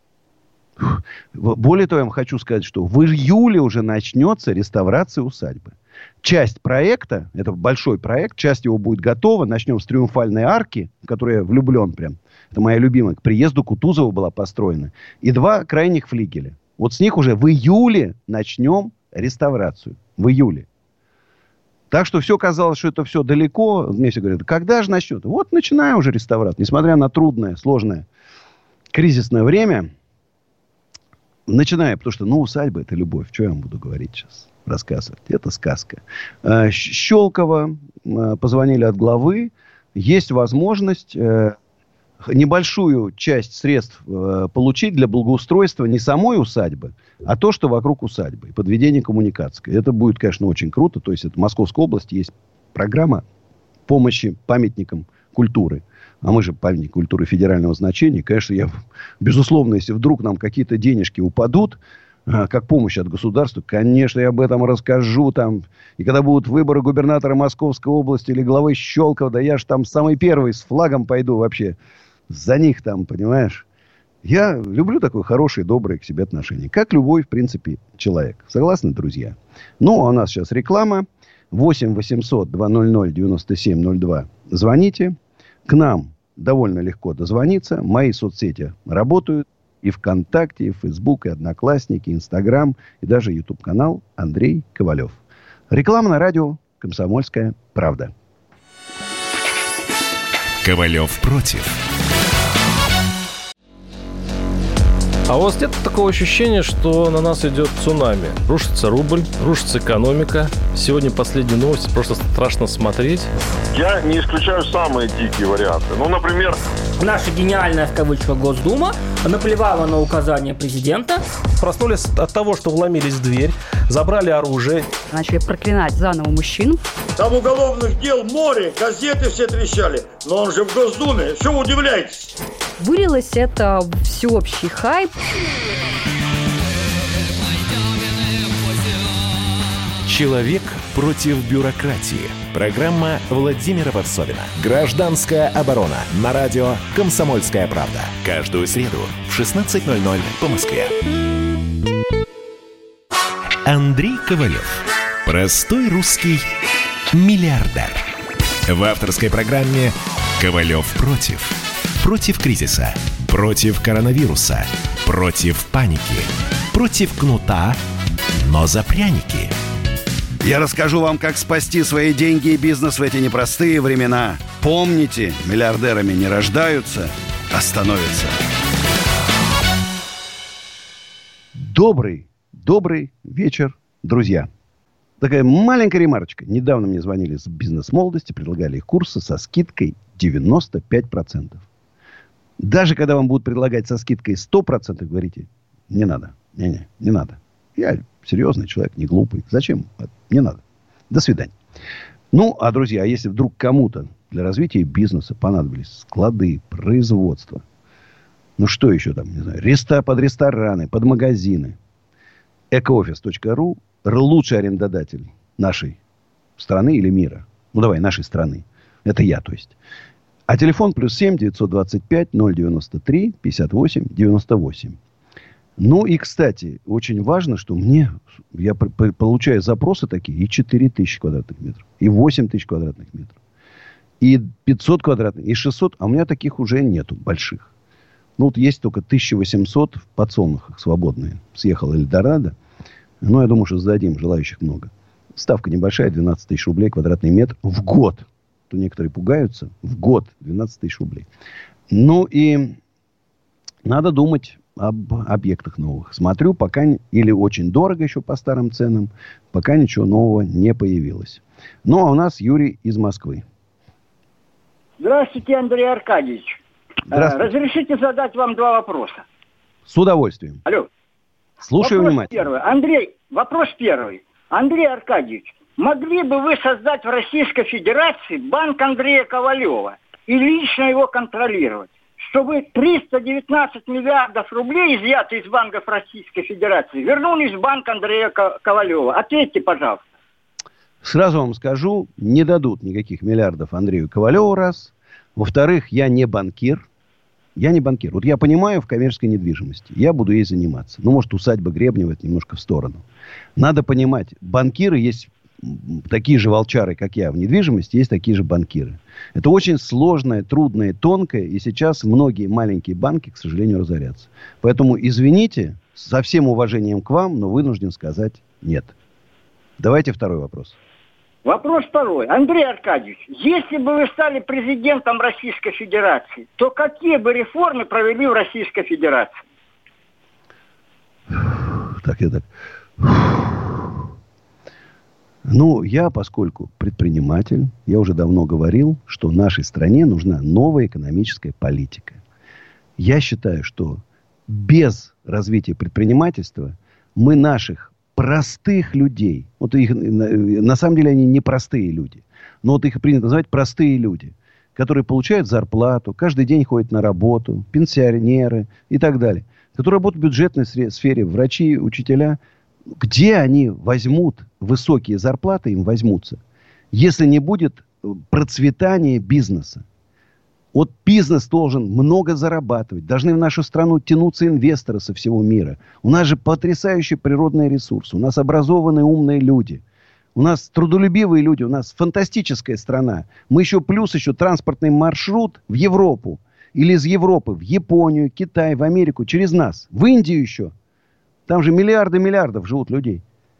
Более того, я вам хочу сказать, что в июле уже начнется реставрация усадьбы. Часть проекта, это большой проект, часть его будет готова. Начнем с Триумфальной арки, в которую я влюблен прям. Это моя любимая. К приезду Кутузова была построена. И 2 крайних флигеля. Вот с них уже в июле начнем реставрацию. В июле. Так что все казалось, что это все далеко. Мне все говорят, когда же начнет? Вот начинаю уже реставрацию. Несмотря на трудное, сложное, кризисное время, начинаю, потому что, усадьба – это любовь. Что я вам буду говорить сейчас? Рассказывать. Это сказка. Щелково позвонили от главы. Есть возможность небольшую часть средств получить для благоустройства не самой усадьбы, а то, что вокруг усадьбы. Подведение коммуникаций. Это будет, конечно, очень круто. То есть, это в Московской области есть программа помощи памятникам культуры. А мы же памятник культуры федерального значения. Конечно, безусловно, если вдруг нам какие-то денежки упадут, как помощь от государства, конечно, я об этом расскажу там. И когда будут выборы губернатора Московской области или главы Щелкова, да я же там самый первый с флагом пойду вообще. За них там, понимаешь. Я люблю такое хорошее, доброе к себе отношение. Как любой, в принципе, человек. Согласны, друзья? А у нас сейчас реклама. 8 800 200 9702. Звоните. К нам довольно легко дозвониться. Мои соцсети работают. И ВКонтакте, и Фейсбук, и Одноклассники, и Инстаграм, и даже YouTube-канал Андрей Ковалев. Реклама на радио «Комсомольская правда». Ковалев против. А у вас нет такого ощущения, что на нас идет цунами? Рушится рубль, рушится экономика. Сегодня последние новости, просто страшно смотреть. Я не исключаю самые дикие варианты. Ну, например... Наша гениальная, в кавычках, Госдума наплевала на указания президента. Проснулись от того, что вломились в дверь, забрали оружие. Начали проклинать заново мужчин. Там уголовных дел море, газеты все трещали. Но он же в Госдуме, что вы удивляетесь? Вылилось это в всеобщий хайп. Человек против бюрократии. Программа Владимира Варсовина. Гражданская оборона. На радио «Комсомольская правда». Каждую среду в 16:00 по Москве. Андрей Ковалев. Простой русский миллиардер. В авторской программе «Ковалев против». Против кризиса. Против коронавируса. Против паники. Против кнута, но за пряники. Я расскажу вам, как спасти свои деньги и бизнес в эти непростые времена. Помните, миллиардерами не рождаются, а становятся. Добрый вечер, друзья. Такая маленькая ремарочка. Недавно мне звонили с бизнес-молодости, предлагали их курсы со скидкой 95%. Даже когда вам будут предлагать со скидкой 100%, говорите, не надо. Не надо. Я серьезный человек, не глупый. Зачем? Не надо. До свидания. Ну, а, друзья, если вдруг кому-то для развития бизнеса понадобились склады, производство, ну, что еще там, не знаю, под рестораны, под магазины, ecooffice.ru лучший арендодатель нашей страны или мира. Ну, давай, нашей страны. Это я, то есть. А телефон +7 925 093 58 98. Ну и, кстати, очень важно, что я получаю запросы такие и 4000 квадратных метров, и 8000 квадратных метров, и 500 квадратных, и 600, а у меня таких уже нету больших. Ну, вот есть только 1800 в подсолнухах свободные. Съехал Эльдорадо. Но я думаю, что сдадим, желающих много. Ставка небольшая, 12 тысяч рублей квадратный метр в год. То некоторые пугаются. В год 12 тысяч рублей. Ну и надо думать об объектах новых. Смотрю, пока... Или очень дорого еще по старым ценам. Пока ничего нового не появилось. Ну, а у нас Юрий из Москвы. Здравствуйте, Андрей Аркадьевич. Здравствуйте. Разрешите задать вам два вопроса? С удовольствием. Алло. Слушаю внимательно. Вопрос первый. Андрей Аркадьевич, могли бы вы создать в Российской Федерации банк Андрея Ковалева и лично его контролировать, чтобы 319 миллиардов рублей, изъятые из банков Российской Федерации, вернулись в банк Андрея Ковалева? Ответьте, пожалуйста. Сразу вам скажу, не дадут никаких миллиардов Андрею Ковалеву, раз. Во-вторых, я не банкир. Вот я понимаю в коммерческой недвижимости. Я буду ей заниматься. Ну, может, усадьба Гребнева, это немножко в сторону. Надо понимать, банкиры есть такие же волчары, как я в недвижимости, есть такие же банкиры. Это очень сложное, трудное, тонкое. И сейчас многие маленькие банки, к сожалению, разорятся. Поэтому, извините, со всем уважением к вам, но вынужден сказать нет. Давайте второй вопрос. Вопрос второй. Андрей Аркадьевич, если бы вы стали президентом Российской Федерации, то какие бы реформы провели в Российской Федерации? Ну, я, поскольку предприниматель, я уже давно говорил, что нашей стране нужна новая экономическая политика. Я считаю, что без развития предпринимательства мы наших простых людей, вот их, на самом деле они не простые люди, но вот их принято называть простые люди, которые получают зарплату, каждый день ходят на работу, пенсионеры и так далее, которые работают в бюджетной сфере, врачи, учителя. Где они возьмут высокие зарплаты, им возьмутся, если не будет процветания бизнеса? Вот бизнес должен много зарабатывать. Должны в нашу страну тянуться инвесторы со всего мира. У нас же потрясающие природные ресурсы. У нас образованные, умные люди. У нас трудолюбивые люди. У нас фантастическая страна. Мы еще плюс еще транспортный маршрут в Европу. Или из Европы в Японию, Китай, в Америку. Через нас. В Индию еще. Там же миллиарды миллиардов живут людей.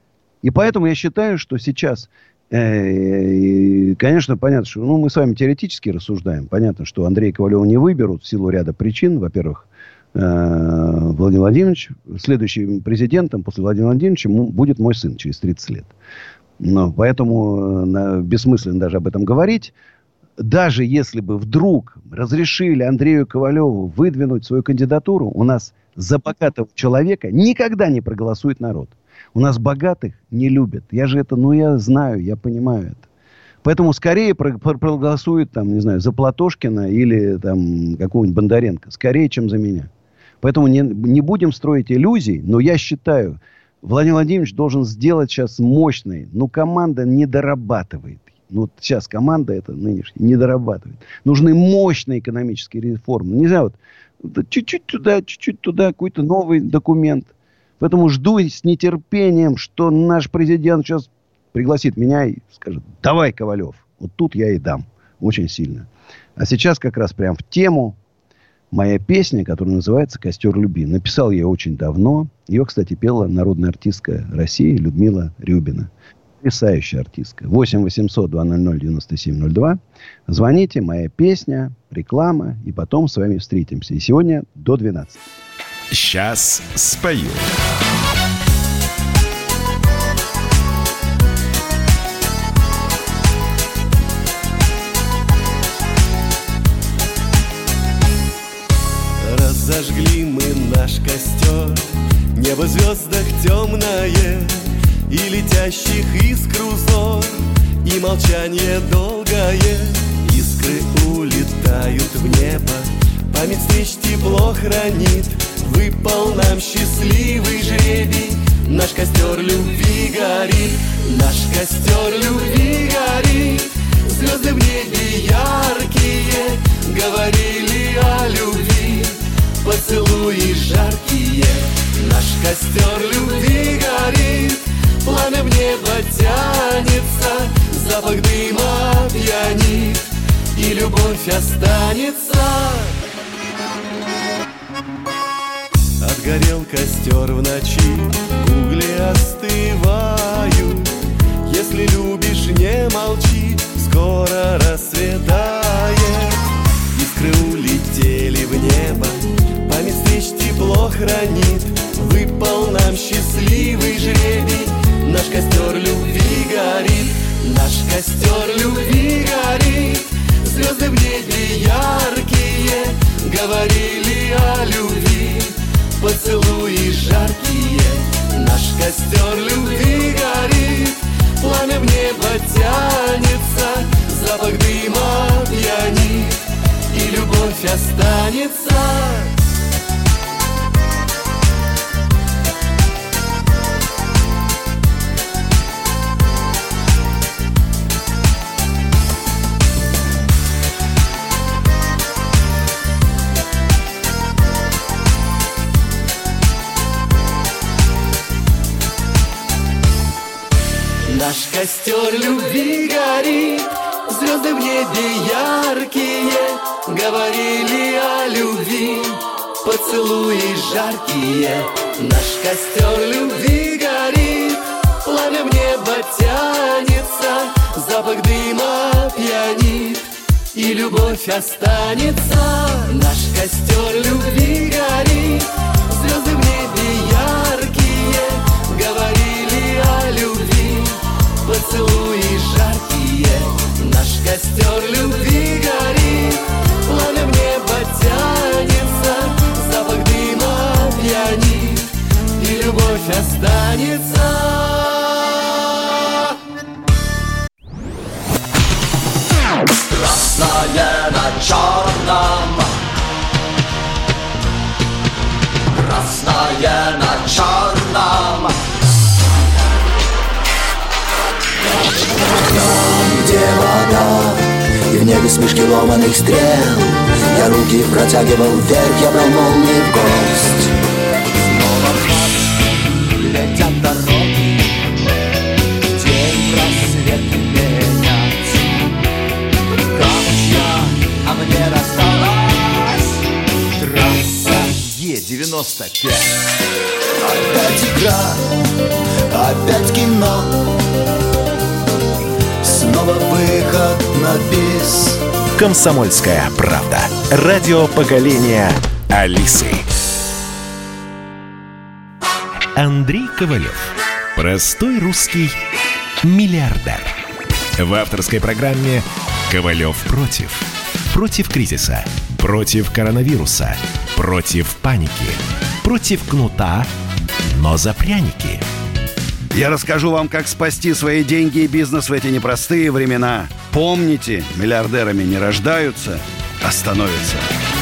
И поэтому я считаю, что сейчас, конечно, понятно, что мы с вами теоретически рассуждаем. Понятно, что Андрея Ковалева не выберут в силу ряда причин. Во-первых, Владимир Владимирович, следующим президентом после Владимира Владимировича будет мой сын через 30 лет. Но поэтому бессмысленно даже об этом говорить. Даже если бы вдруг разрешили Андрею Ковалеву выдвинуть свою кандидатуру, у нас за богатого человека никогда не проголосует народ. У нас богатых не любят. Я же это, я знаю, я понимаю это. Поэтому скорее проголосуют, не знаю, за Платошкина или какого-нибудь Бондаренко. Скорее, чем за меня. Поэтому не будем строить иллюзий. Но я считаю, Владимир Владимирович должен сделать сейчас мощный. Команда не дорабатывает. Сейчас команда эта нынешняя не дорабатывает. Нужны мощные экономические реформы. Нельзя чуть-чуть туда, какой-то новый документ. Поэтому жду с нетерпением, что наш президент сейчас пригласит меня и скажет: давай, Ковалев. Вот тут я и дам. Очень сильно. А сейчас как раз прям в тему моя песня, которая называется «Костер любви». Написал я ее очень давно. Ее, кстати, пела народная артистка России Людмила Рюбина. Потрясающая артистка. 8 800 200 97 02. Звоните. Моя песня, реклама. И потом с вами встретимся. И сегодня до 12. Сейчас спою. Разожгли мы наш костер, небо в звездах темное, и летящих искр узор, и молчание долгое. Искры улетают в небо, память встреч тепло хранит. Выпал нам счастливый жребий, наш костер любви горит. Наш костер любви горит, звезды в небе яркие говорили о любви, поцелуи жаркие. Наш костер любви горит, пламя в небо тянется, запах дыма пьянит, и любовь останется. Отгорел костер в ночи, угли остывают. Если любишь, не молчи, скоро рассветает. Искры улетели в небо, память встреч тепло хранит. Выпал нам счастливый жребий, наш костер любви горит. Наш костер любви горит, звезды в небе яркие говорили о любви, поцелуи жаркие. Наш костер любви горит, пламя в небо тянется, запах дыма пьянит, и любовь останется. Наш костер любви горит, звезды в небе яркие говорили о любви, поцелуи жаркие. Наш костер любви горит, пламя в небо тянется, запах дыма пьянит, и любовь останется. Наш костер любви горит, звезды в небе яркие говорили о любви, поцелуи жаркие. Наш костер любви горит, пламя в небо тянется, запах дыма пьянит, и любовь останется. Красное на черном, красное на черном. Там, где вода, и в небе вспышки ломаных стрел, я руки протягивал вверх, я брал молнии в гость. Снова в ночь летят дороги, день рассветы менять. Камушья, а мне рассталась трасса Е-95. Опять игра, опять кино, снова выход на бис. «Комсомольская правда». Радио поколения Алисы. Андрей Ковалев. Простой русский миллиардер. В авторской программе «Ковалев против». Против кризиса, против коронавируса, против паники, против кнута, но за пряники. Я расскажу вам, как спасти свои деньги и бизнес в эти непростые времена. Помните, миллиардерами не рождаются, а становятся.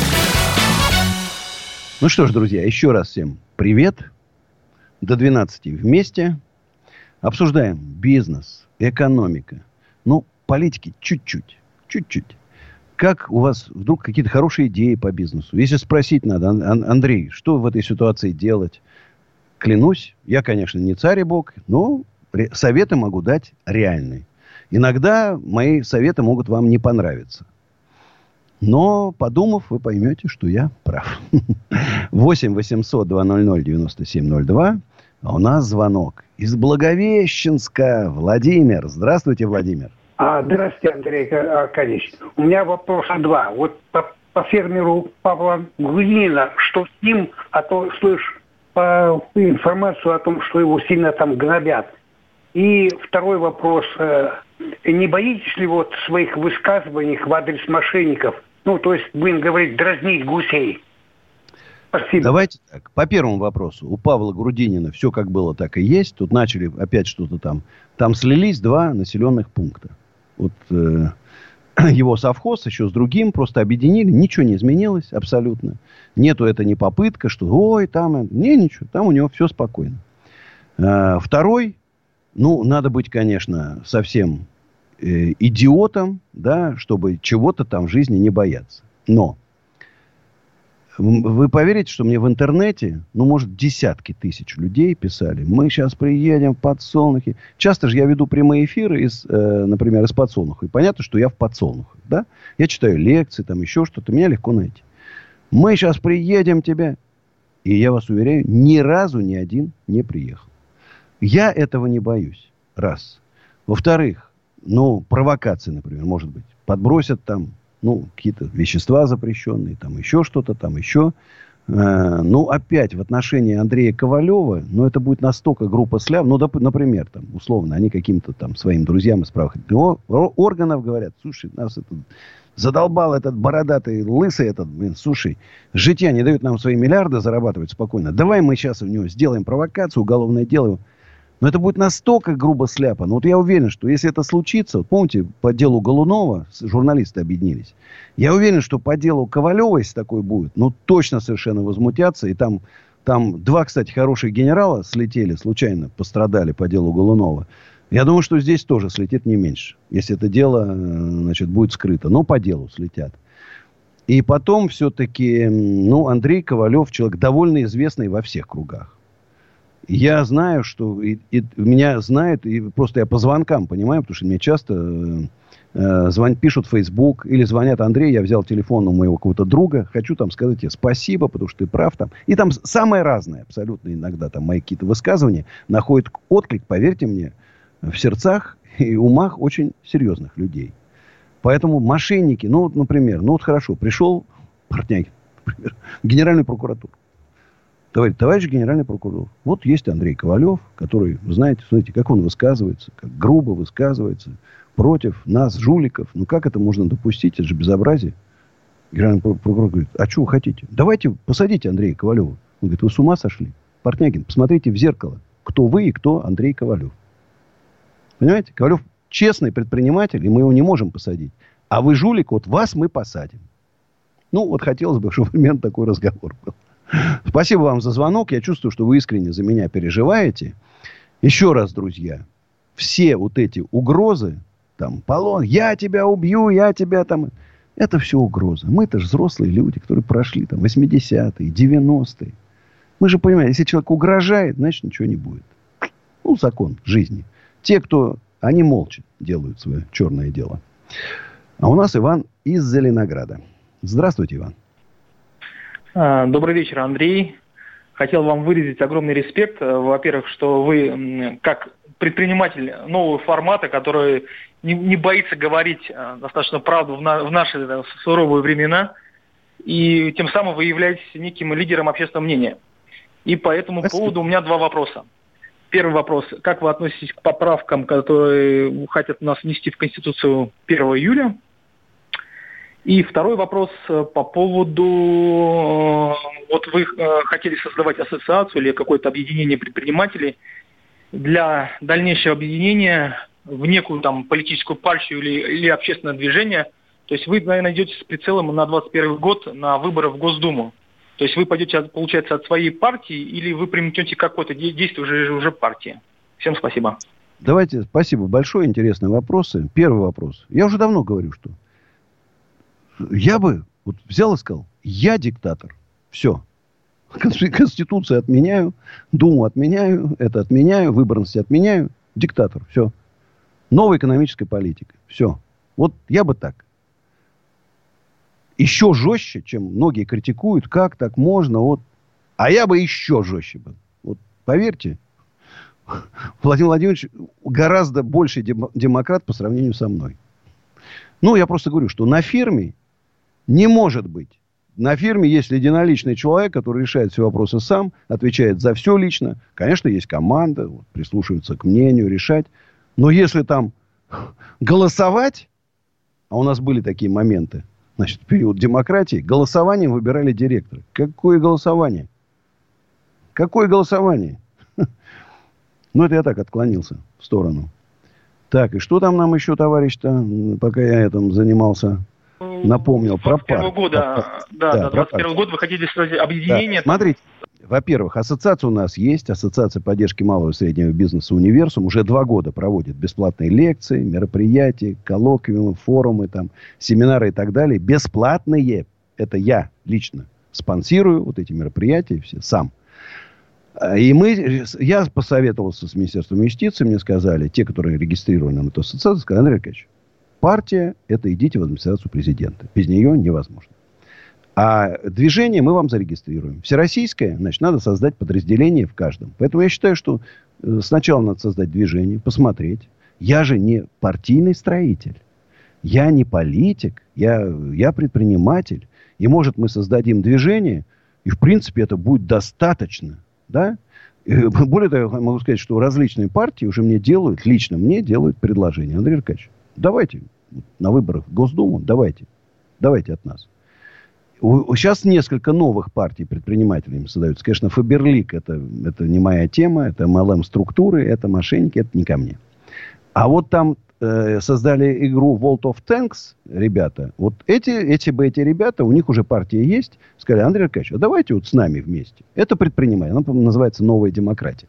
Ну что ж, друзья, еще раз всем привет. До 12 вместе. Обсуждаем бизнес, экономика. Ну, политики чуть-чуть. Как у вас вдруг какие-то хорошие идеи по бизнесу? Если спросить надо, Андрей, что в этой ситуации делать? Клянусь, я, конечно, не царь и бог, но советы могу дать реальные. Иногда мои советы могут вам не понравиться. Но, подумав, вы поймете, что я прав. 8 800 200 9702. А у нас звонок из Благовещенска. Владимир. Здравствуйте, Владимир. Здравствуйте, Андрей Аркадьевич. У меня вопроса два. Вот по фермеру Павла Грудинина, что с ним, а то слышь по информацию о том, что его сильно там гнобят. И второй вопрос. Не боитесь ли вот в своих высказываниях в адрес мошенников, ну, то есть, будем говорить, дразнить гусей? Спасибо. Давайте так. По первому вопросу. У Павла Грудинина все как было, так и есть. Тут начали опять что-то там. Там слились 2 населенных пункта. Вот его совхоз еще с другим просто объединили. Ничего не изменилось абсолютно. Нету это ни попытка, что ой, там... Не, ничего. Там у него все спокойно. Второй. Ну, надо быть, конечно, совсем идиотом, да, чтобы чего-то там в жизни не бояться. Но вы поверите, что мне в интернете, ну, может, десятки тысяч людей писали. Мы сейчас приедем в Подсолнухи. Часто же я веду прямые эфиры, например, из Подсолнуха. И понятно, что я в Подсолнухах, да? Я читаю лекции, там еще что-то. Меня легко найти. Мы сейчас приедем тебя. И я вас уверяю, ни разу ни один не приехал. Я этого не боюсь. Раз. Во-вторых, ну, провокации, например, может быть. Подбросят там, ну, какие-то вещества запрещенные, там еще что-то, там еще. Ну, опять в отношении Андрея Ковалева, ну, это будет настолько группа сляв. Ну, например, там, условно, они каким-то там своим друзьям из правоохранительных органов говорят, слушай, нас это задолбал этот бородатый, лысый этот, блин, слушай, житья не дают нам свои миллиарды зарабатывать спокойно. Давай мы сейчас у него сделаем провокацию, уголовное дело. Но это будет настолько грубо сляпано. Вот я уверен, что если это случится... Вот помните, по делу Голунова журналисты объединились. Я уверен, что по делу Ковалева, если такое будет, ну, точно совершенно возмутятся. И там 2, кстати, хороших генерала слетели, случайно пострадали по делу Голунова. Я думаю, что здесь тоже слетит не меньше. Если это дело, значит, будет скрыто. Но по делу слетят. И потом все-таки, ну, Андрей Ковалев человек довольно известный во всех кругах. Я знаю, что меня знают, и просто я по звонкам понимаю, потому что мне часто пишут в Facebook или звонят: Андрей, я взял телефон у моего какого-то друга, хочу там сказать тебе спасибо, потому что ты прав там. И там самое разное абсолютно иногда там мои какие-то высказывания находят отклик, поверьте мне, в сердцах и умах очень серьезных людей. Поэтому мошенники, ну вот, например, ну вот хорошо, пришел Портнягин, например, в Генеральную прокуратуру. Товарищ генеральный прокурор. Вот есть Андрей Ковалев, который, знаете, смотрите, как он высказывается, как грубо высказывается против нас, жуликов. Ну, как это можно допустить? Это же безобразие. Генеральный прокурор говорит: а что вы хотите? Давайте посадите Андрея Ковалева. Он говорит: вы с ума сошли? Портнягин, посмотрите в зеркало. Кто вы и кто Андрей Ковалев. Понимаете? Ковалев честный предприниматель, и мы его не можем посадить. А вы жулик, вот вас мы посадим. Ну, вот хотелось бы, чтобы примерно такой разговор был. Спасибо вам за звонок. Я чувствую, что вы искренне за меня переживаете. Еще раз, друзья, все вот эти угрозы, там, Полон, я тебя убью, я тебя там... Это все угрозы. Мы-то же взрослые люди, которые прошли там 80-е, 90-е. Мы же понимаем, если человек угрожает, значит, ничего не будет. Ну, закон жизни. Те, кто... Они молча делают свое черное дело. А у нас Иван из Зеленограда. Здравствуйте, Иван. Добрый вечер, Андрей. хотел вам выразить огромный респект. Во-первых, что вы, как предприниматель нового формата, который не боится говорить достаточно правду в наши суровые времена, и тем самым вы являетесь неким лидером общественного мнения. И по этому поводу у меня два вопроса. Первый вопрос. Как вы относитесь к поправкам, которые хотят нас внести в Конституцию 1 июля? И второй вопрос по поводу... Вот вы хотели создавать ассоциацию или какое-то объединение предпринимателей для дальнейшего объединения в некую там политическую партию или общественное движение. То есть вы, наверное, идете с прицелом на 2021 год на выборы в Госдуму. То есть вы пойдете, получается, от своей партии или вы применете какое-то действие уже партии? Всем спасибо. Давайте, спасибо большое, интересные вопросы. Первый вопрос. Я уже давно говорю, что я бы вот взял и сказал, я диктатор. Все. Конституцию отменяю, Думу отменяю, это отменяю, выборности отменяю. Диктатор. Все. Новая экономическая политика. Все. Вот я бы так. Еще жестче, чем многие критикуют, как так можно, вот. А я бы еще жестче был. Вот поверьте, Владимир Владимирович гораздо больше демократ по сравнению со мной. Ну, я просто говорю, что на фирме не может быть. На фирме есть единоличный человек, который решает все вопросы сам, отвечает за все лично. Конечно, есть команда, вот, прислушиваются к мнению, решать. Но если там голосовать, а у нас были такие моменты, значит, в период демократии, голосованием выбирали директора. Какое голосование? Какое голосование? Ну, это я так отклонился в сторону. Так, и что там нам еще, товарищ-то, пока я этим занимался, напомнил про парк. 21 год вы хотите строить объединение. Да. Смотрите, во-первых, ассоциация у нас есть, Ассоциация поддержки малого и среднего бизнеса «Универсум». Уже 2 года проводит бесплатные лекции, мероприятия, коллоквиумы, форумы, там, семинары и так далее. Бесплатные. Это я лично спонсирую вот эти мероприятия все сам. И я посоветовался с Министерством юстиции, мне сказали, те, которые регистрированы на эту ассоциацию, сказали, Андрей Аркадьевич, партия – это идите в администрацию президента. Без нее невозможно. А движение мы вам зарегистрируем. Всероссийское, значит, надо создать подразделение в каждом. Поэтому я считаю, что сначала надо создать движение, посмотреть. Я же не партийный строитель. Я не политик. Я предприниматель. И, может, мы создадим движение, и, в принципе, это будет достаточно. Да? Более того, я могу сказать, что различные партии уже лично мне делают предложение. Андрей Аркадьевич, давайте на выборах в Госдуму, давайте от нас. Сейчас несколько новых партий предпринимателями создаются. Конечно, Фаберлик это не моя тема, это MLM-структуры, это мошенники, это не ко мне. А вот там создали игру World of Tanks ребята. Вот эти ребята, у них уже партия есть. Сказали, Андрей Аркадьевич, а давайте вот с нами вместе. Это предприниматель. Она, по-моему, называется «Новая демократия».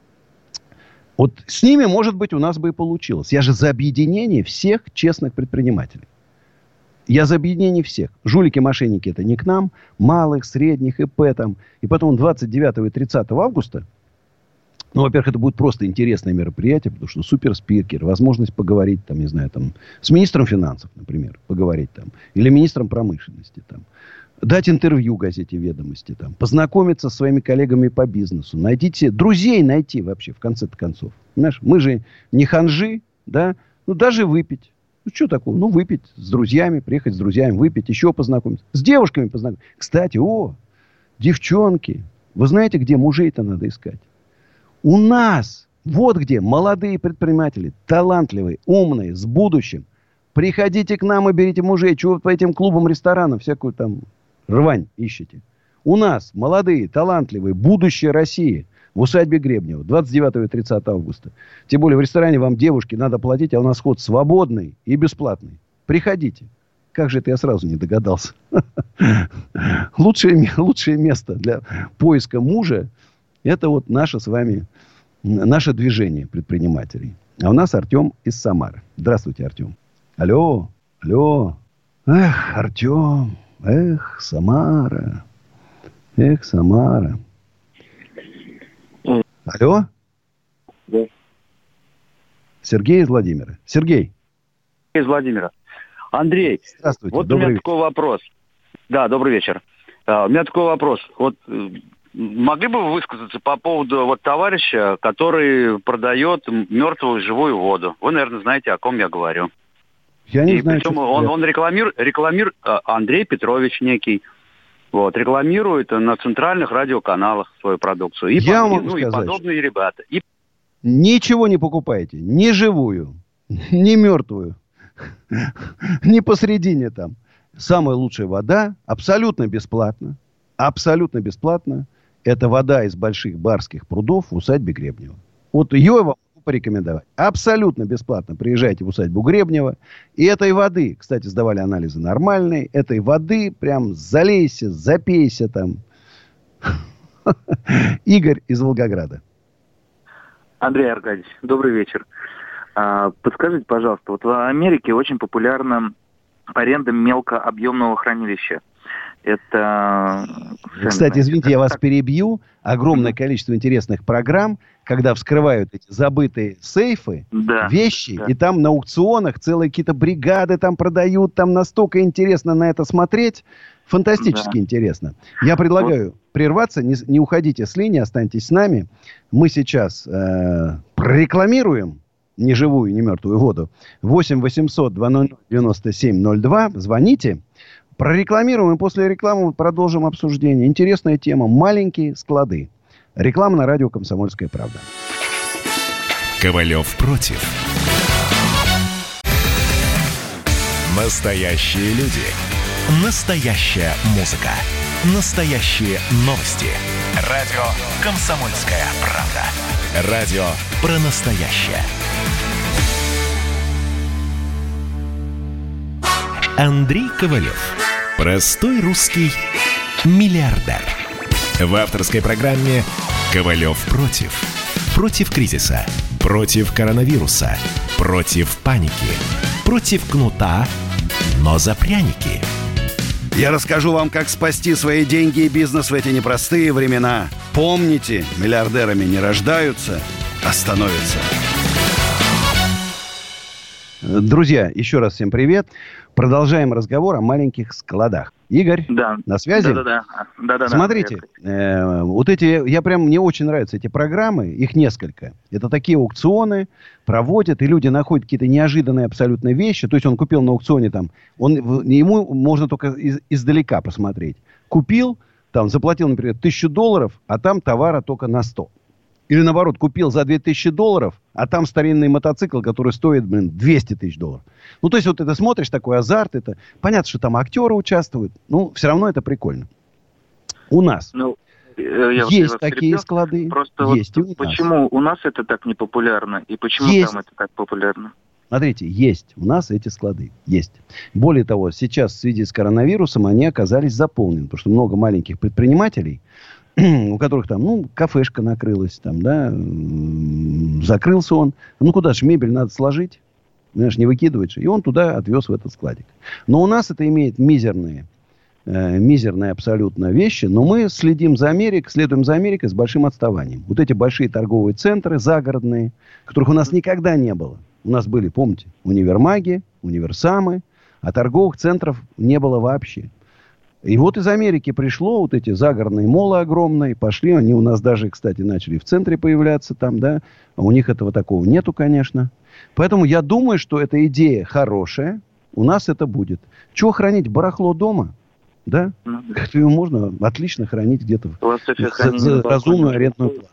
Вот с ними, может быть, у нас бы и получилось. Я же за объединение всех честных предпринимателей. Я за объединение всех. Жулики, мошенники — это не к нам. Малых, средних, ИП там. И потом 29 и 30 августа, ну, во-первых, это будет просто интересное мероприятие, потому что суперспикер, возможность поговорить, там, не знаю, там, с министром финансов, например, поговорить там. Или министром промышленности там. Дать интервью газете «Ведомости», там, познакомиться со своими коллегами по бизнесу, друзей найти вообще, в конце концов. Понимаешь, мы же не ханжи, да, ну, даже выпить. Ну, что такого? Ну, выпить с друзьями, приехать с друзьями, выпить, еще познакомиться. С девушками познакомиться. Кстати, девчонки, вы знаете, где мужей-то надо искать? У нас, вот где, молодые предприниматели, талантливые, умные, с будущим. Приходите к нам и берите мужей. Чего вы по этим клубам, ресторанам всякую там рвань ищете? У нас молодые, талантливые, будущее России в усадьбе Гребнева 29 и 30 августа. Тем более в ресторане вам, девушки, надо платить, а у нас вход свободный и бесплатный. Приходите. Как же это я сразу не догадался? Лучшее место для поиска мужа — это вот наше движение предпринимателей. А у нас Артем из Самары. Здравствуйте, Артем. Алло. Эх, Артем. Эх, Самара. Алло? Да. Сергей из Владимира. Сергей. Из Владимира. Андрей, здравствуйте. Вот у меня такой вопрос. Да, добрый вечер. У меня такой вопрос. Вот могли бы вы высказаться по поводу вот товарища, который продает мертвую живую воду? Вы, наверное, знаете, о ком я говорю. Я не знаю. Причем он рекламирует Андрей Петрович некий. Вот, рекламирует на центральных радиоканалах свою продукцию. И, я могу сказать, и подобные ребята. Ничего не покупайте. Ни живую, ни мертвую. Ни посредине там. Самая лучшая вода абсолютно бесплатно. Абсолютно бесплатно. Это вода из больших барских прудов в усадьбе Гребнева. Вот ее я вам могу порекомендовать. Абсолютно бесплатно приезжайте в усадьбу Гребнева. И этой воды, кстати, сдавали анализы нормальные. Этой воды прям залейся, запейся там. Игорь из Волгограда. Андрей Аркадьевич, добрый вечер. Подскажите, пожалуйста, вот в Америке очень популярна аренда мелкообъемного хранилища. Это... Кстати, извините, я вас перебью. Огромное количество интересных программ, когда вскрывают эти забытые сейфы, вещи, и там на аукционах целые какие-то бригады там продают, там настолько интересно на это смотреть, фантастически интересно. Я предлагаю прерваться, не уходите с линии, останьтесь с нами. Мы сейчас прорекламируем ни живую, ни мертвую воду. 8 800 200 9702. Звоните. Прорекламируем, и после рекламы продолжим обсуждение. Интересная тема. Маленькие склады. Реклама на радио «Комсомольская правда». Ковалев против. Настоящие люди. Настоящая музыка. Настоящие новости. Радио «Комсомольская правда». Радио про настоящее. Андрей Ковалев. Простой русский миллиардер. В авторской программе «Ковалев против». Против кризиса. Против коронавируса. Против паники. Против кнута, но за пряники. Я расскажу вам, как спасти свои деньги и бизнес в эти непростые времена. Помните, миллиардерами не рождаются, а становятся. Друзья, еще раз всем привет. Продолжаем разговор о маленьких складах. Игорь, на связи? Да. Смотрите, вот эти, мне очень нравятся эти программы, их несколько. Это такие аукционы проводят, и люди находят какие-то неожиданные абсолютно вещи. То есть он купил на аукционе там, ему можно только издалека посмотреть. Купил, там, заплатил, например, $1000, а там товара только на 100. Или наоборот, купил за $2000, а там старинный мотоцикл, который стоит, $200 000. Ну, то есть, вот это смотришь, такой азарт. Это понятно, что там актеры участвуют. Ну, все равно это прикольно. У нас есть такие склады. Просто есть вот почему у нас это так не популярно, и почему там это так популярно? Смотрите, есть у нас эти склады. Есть. Более того, сейчас в связи с коронавирусом они оказались заполнены. Потому что много маленьких предпринимателей, у которых там, кафешка накрылась, там, да, закрылся он. Ну, куда же мебель надо сложить? Знаешь, не выкидывать же. И он туда отвез в этот складик. Но у нас это имеет мизерные абсолютно вещи. Но мы следуем за Америкой с большим отставанием. Вот эти большие торговые центры загородные, которых у нас никогда не было. У нас были, помните, универмаги, универсамы, а торговых центров не было вообще. И вот из Америки пришло вот эти загородные моллы огромные. Пошли, они у нас даже, кстати, начали в центре появляться там, да. А у них этого такого нету, конечно. Поэтому я думаю, что эта идея хорошая. У нас это будет. Чего хранить барахло дома? Да? Как-то его можно отлично хранить где-то за разумную арендную плату.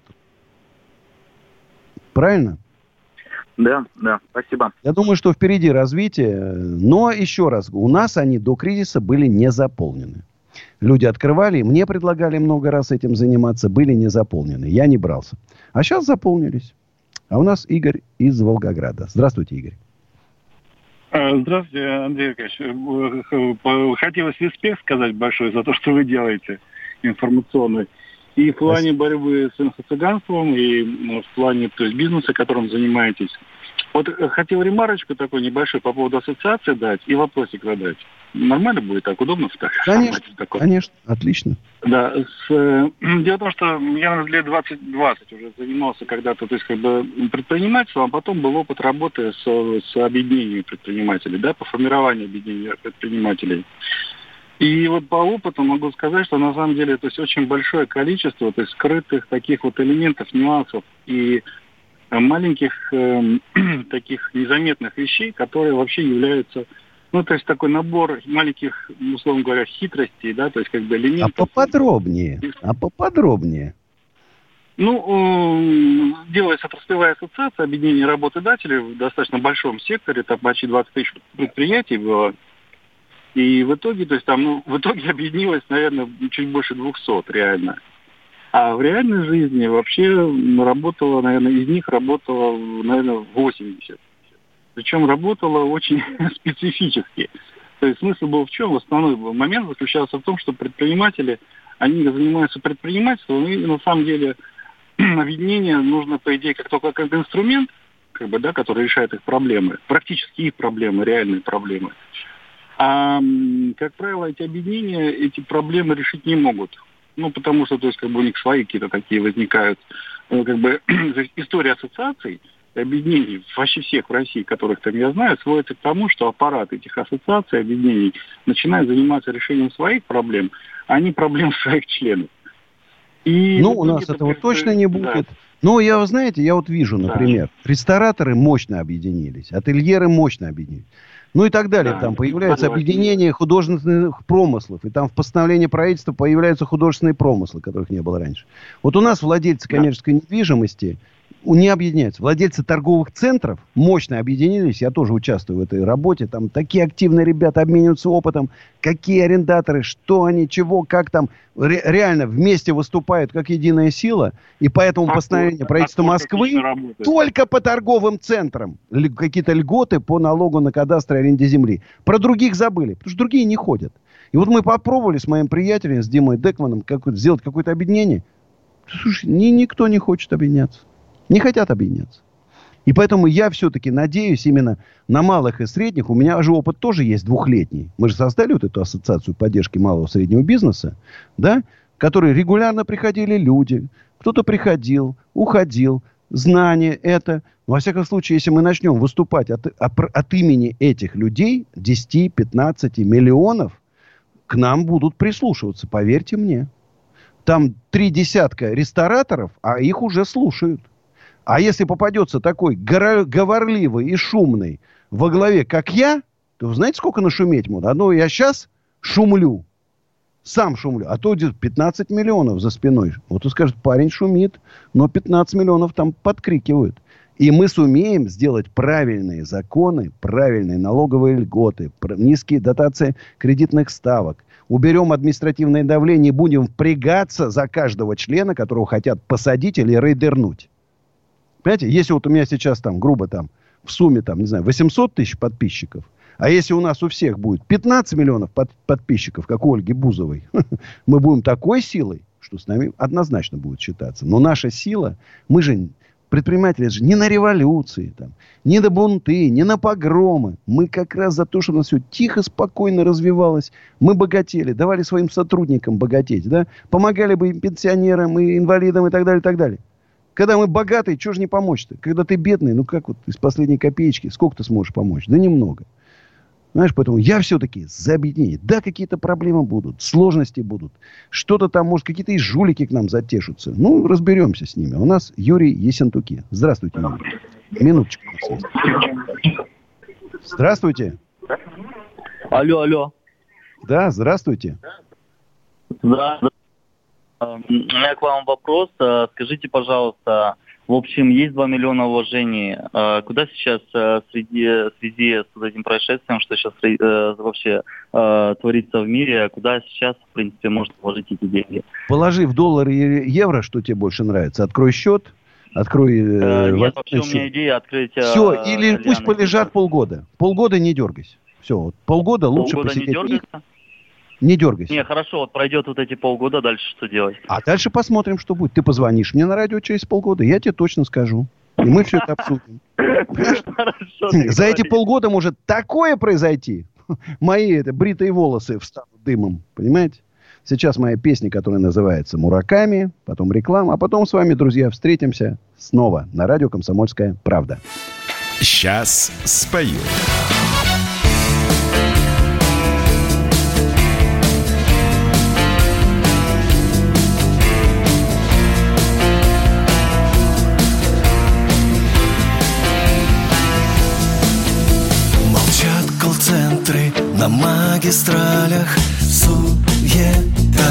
Правильно? Да, спасибо. Я думаю, что впереди развитие. Но, еще раз, у нас они до кризиса были не заполнены. Люди открывали, мне предлагали много раз этим заниматься, были не заполнены. Я не брался. А сейчас заполнились. А у нас Игорь из Волгограда. Здравствуйте, Игорь. Здравствуйте, Андрей Аркадьевич. Хотелось респект сказать большой за то, что вы делаете информационный. И в плане борьбы с инфо-цыганством, и в плане бизнеса, которым занимаетесь. Вот хотел ремарочку такой небольшой по поводу ассоциации дать и вопросик задать. Нормально будет так? Удобно? Конечно, отлично. Да. Дело в том, что я лет 20 уже занимался когда-то, то есть предпринимательством, а потом был опыт работы с объединением предпринимателей, да, по формированию объединения предпринимателей. И вот по опыту могу сказать, что на самом деле то есть очень большое количество то есть скрытых таких вот элементов, нюансов и маленьких таких незаметных вещей, которые вообще являются, ну, то есть такой набор маленьких, условно говоря, хитростей, да, то есть как бы элементов. А поподробнее. Ну, делается отраслевая ассоциация объединения работодателей в достаточно большом секторе, там почти 20 тысяч предприятий было. И в итоге, то есть там, ну, в итоге объединилось, наверное, чуть больше 200 реально. А в реальной жизни вообще работало, наверное, из них работало, наверное, 80. Причем работало очень специфически. То есть смысл был в чем? Основной момент заключался в том, что предприниматели, они занимаются предпринимательством, и на самом деле объединение нужно, по идее, как только как инструмент, как бы, да, который решает их проблемы, практически их проблемы, реальные проблемы. А, как правило, эти объединения эти проблемы решить не могут. Ну, потому что, то есть, как бы у них свои какие-то такие возникают, как бы, история ассоциаций, объединений, вообще всех в России, которых там я знаю, сводится к тому, что аппарат этих ассоциаций, объединений начинает заниматься решением своих проблем, а не проблем своих членов. И у нас этого точно не будет. Да. Но я, вы знаете, я вот вижу, например, рестораторы мощно объединились, ательеры мощно объединились. Ну и так далее. Там появляется объединение художественных промыслов. И там в постановлении правительства появляются художественные промыслы, которых не было раньше. Вот у нас владельцы коммерческой недвижимости не объединяются. Владельцы торговых центров мощно объединились. Я тоже участвую в этой работе. Там такие активные ребята обмениваются опытом. Какие арендаторы, что они, чего, как там. Реально вместе выступают как единая сила. И поэтому постановление правительства Москвы только по торговым центрам. Какие-то льготы по налогу на кадастр и аренде земли. Про других забыли. Потому что другие не ходят. И вот мы попробовали с моим приятелем, с Димой Декманом, сделать какое-то объединение. Слушай, никто не хочет объединяться. Не хотят объединяться. И поэтому я все-таки надеюсь именно на малых и средних. У меня же опыт тоже есть двухлетний. Мы же создали вот эту ассоциацию поддержки малого и среднего бизнеса, да, в которой регулярно приходили люди. Кто-то приходил, уходил. Знание это. Во всяком случае, если мы начнем выступать от имени этих людей, 10-15 миллионов, к нам будут прислушиваться, поверьте мне. Там 3 десятка рестораторов, а их уже слушают. А если попадется такой говорливый и шумный во главе, как я, то знаете, сколько нашуметь можно? Одно я сейчас шумлю. Сам шумлю. А то 15 миллионов за спиной. Вот он скажет, парень шумит, но 15 миллионов там подкрикивают. И мы сумеем сделать правильные законы, правильные налоговые льготы, низкие дотации кредитных ставок. Уберем административное давление и будем впрягаться за каждого члена, которого хотят посадить или рейдернуть. Понимаете, если вот у меня сейчас там, грубо там, в сумме там, не знаю, 800 тысяч подписчиков, а если у нас у всех будет 15 миллионов подписчиков, как у Ольги Бузовой, мы будем такой силой, что с нами однозначно будет считаться. Но наша сила, мы же, предприниматели же не на революции, там, не на бунты, не на погромы. Мы как раз за то, чтобы у нас все тихо, спокойно развивалось. Мы богатели, давали своим сотрудникам богатеть, да? Помогали бы и пенсионерам, и инвалидам, и так далее, и так далее. Когда мы богатые, чего же не помочь-то? Когда ты бедный, ну как вот из последней копеечки, сколько ты сможешь помочь? Да немного. Знаешь, поэтому я все-таки за объединение. Да, какие-то проблемы будут, сложности будут. Что-то там, может, какие-то и жулики к нам затешутся. Ну, разберемся с ними. У нас Юрий Ессентуки. Здравствуйте, Юрий. Минуточку. Здравствуйте. Алло. Да, здравствуйте. Здравствуйте. У меня к вам вопрос. Скажите, пожалуйста, в общем, есть 2 миллиона вложений. Куда сейчас в связи с этим происшествием, что сейчас вообще творится в мире, куда сейчас, в принципе, можно вложить эти деньги? Положи в доллары и евро, что тебе больше нравится. Открой счет, открой... Нет, вообще у меня идея открыть... Все, или пусть полежат полгода. Полгода не дергайся. Все, вот полгода лучше посидеть. Не дергаться? Не дергайся. Не, хорошо, вот пройдет вот эти полгода, дальше что делать? А дальше посмотрим, что будет. Ты позвонишь мне на радио через полгода, я тебе точно скажу. И мы все это обсудим. За эти полгода может такое произойти. Мои бритые волосы встанут дымом. Понимаете? Сейчас моя песня, которая называется «Мураками», потом реклама, а потом с вами, друзья, встретимся снова на радио «Комсомольская правда». Сейчас спою. магистралях суета.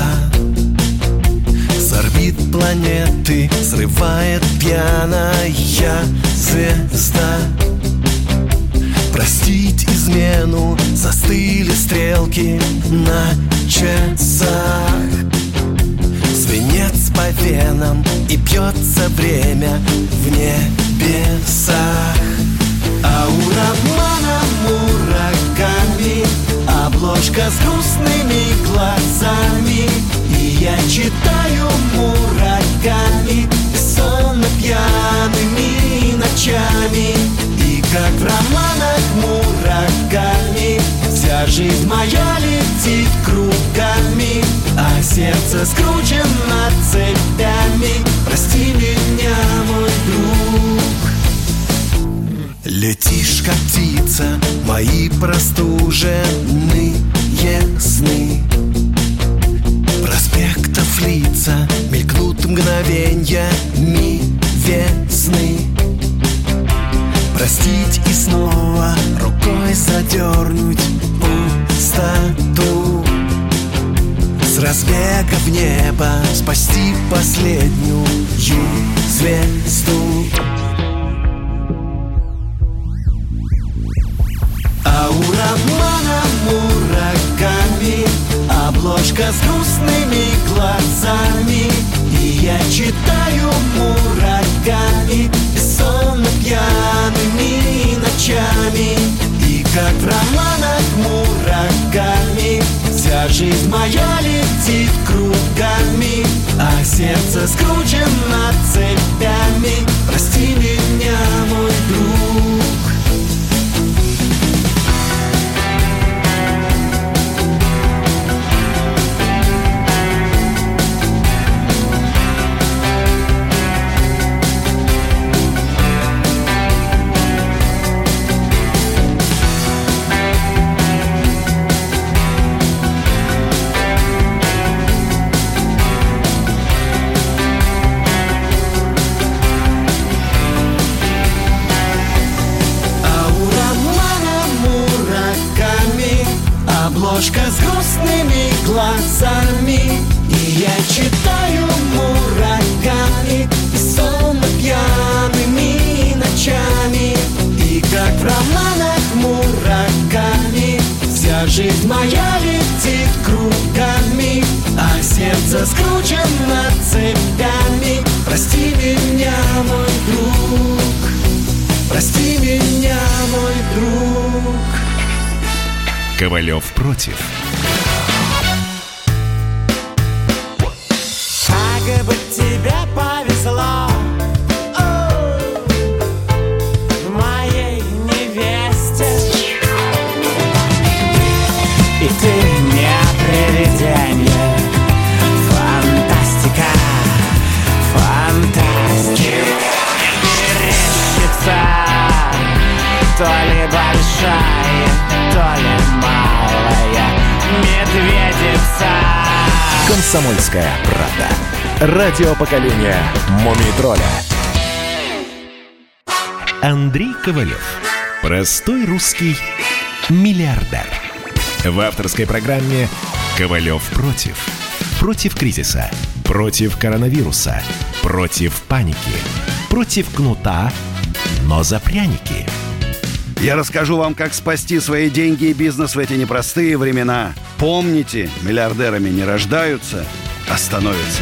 С орбит планеты срывает пьяная звезда. Простить измену, застыли стрелки на часах. Свинец по венам и бьется время в небесах. А у романа Мураками обложка с грустными глазами. И я читаю Мураками сонно пьяными ночами. И как в романах Мураками вся жизнь моя летит кругами, а сердце скручено цепями. Прости меня, мой друг. Летишь, как птица, мои простуженные сны. Проспектов лица мелькнут мгновеньями весны. Простить и снова рукой задернуть пустоту. С разбега в небо спасти последнюю звезду. А у романа Мураками обложка с грустными глазами. И я читаю Мураками сонно пьяными ночами. И как в романах Мураками вся жизнь моя летит кругами, а сердце скручено цепями. Прости меня, мой друг. Обложка с грустными глазами. И я читаю Мураками сонно пьяными ночами. И как в романах Мураками вся жизнь моя летит кругами, а сердце скручено цепями. Прости меня, мой друг. Прости меня, мой друг. Ковалев против. Как бы тебе повезло, моей невесте. И ты не привидение. Фантастика, фантастика. Мерещится то ли большая, то ли малая медведица. Комсомольская правда. Радио поколения Мумий Тролля. Андрей Ковалев. Простой русский миллиардер. В авторской программе «Ковалев против». Против кризиса, против коронавируса, против паники, против кнута, но за пряники. Я расскажу вам, как спасти свои деньги и бизнес в эти непростые времена. Помните, миллиардерами не рождаются, а становятся.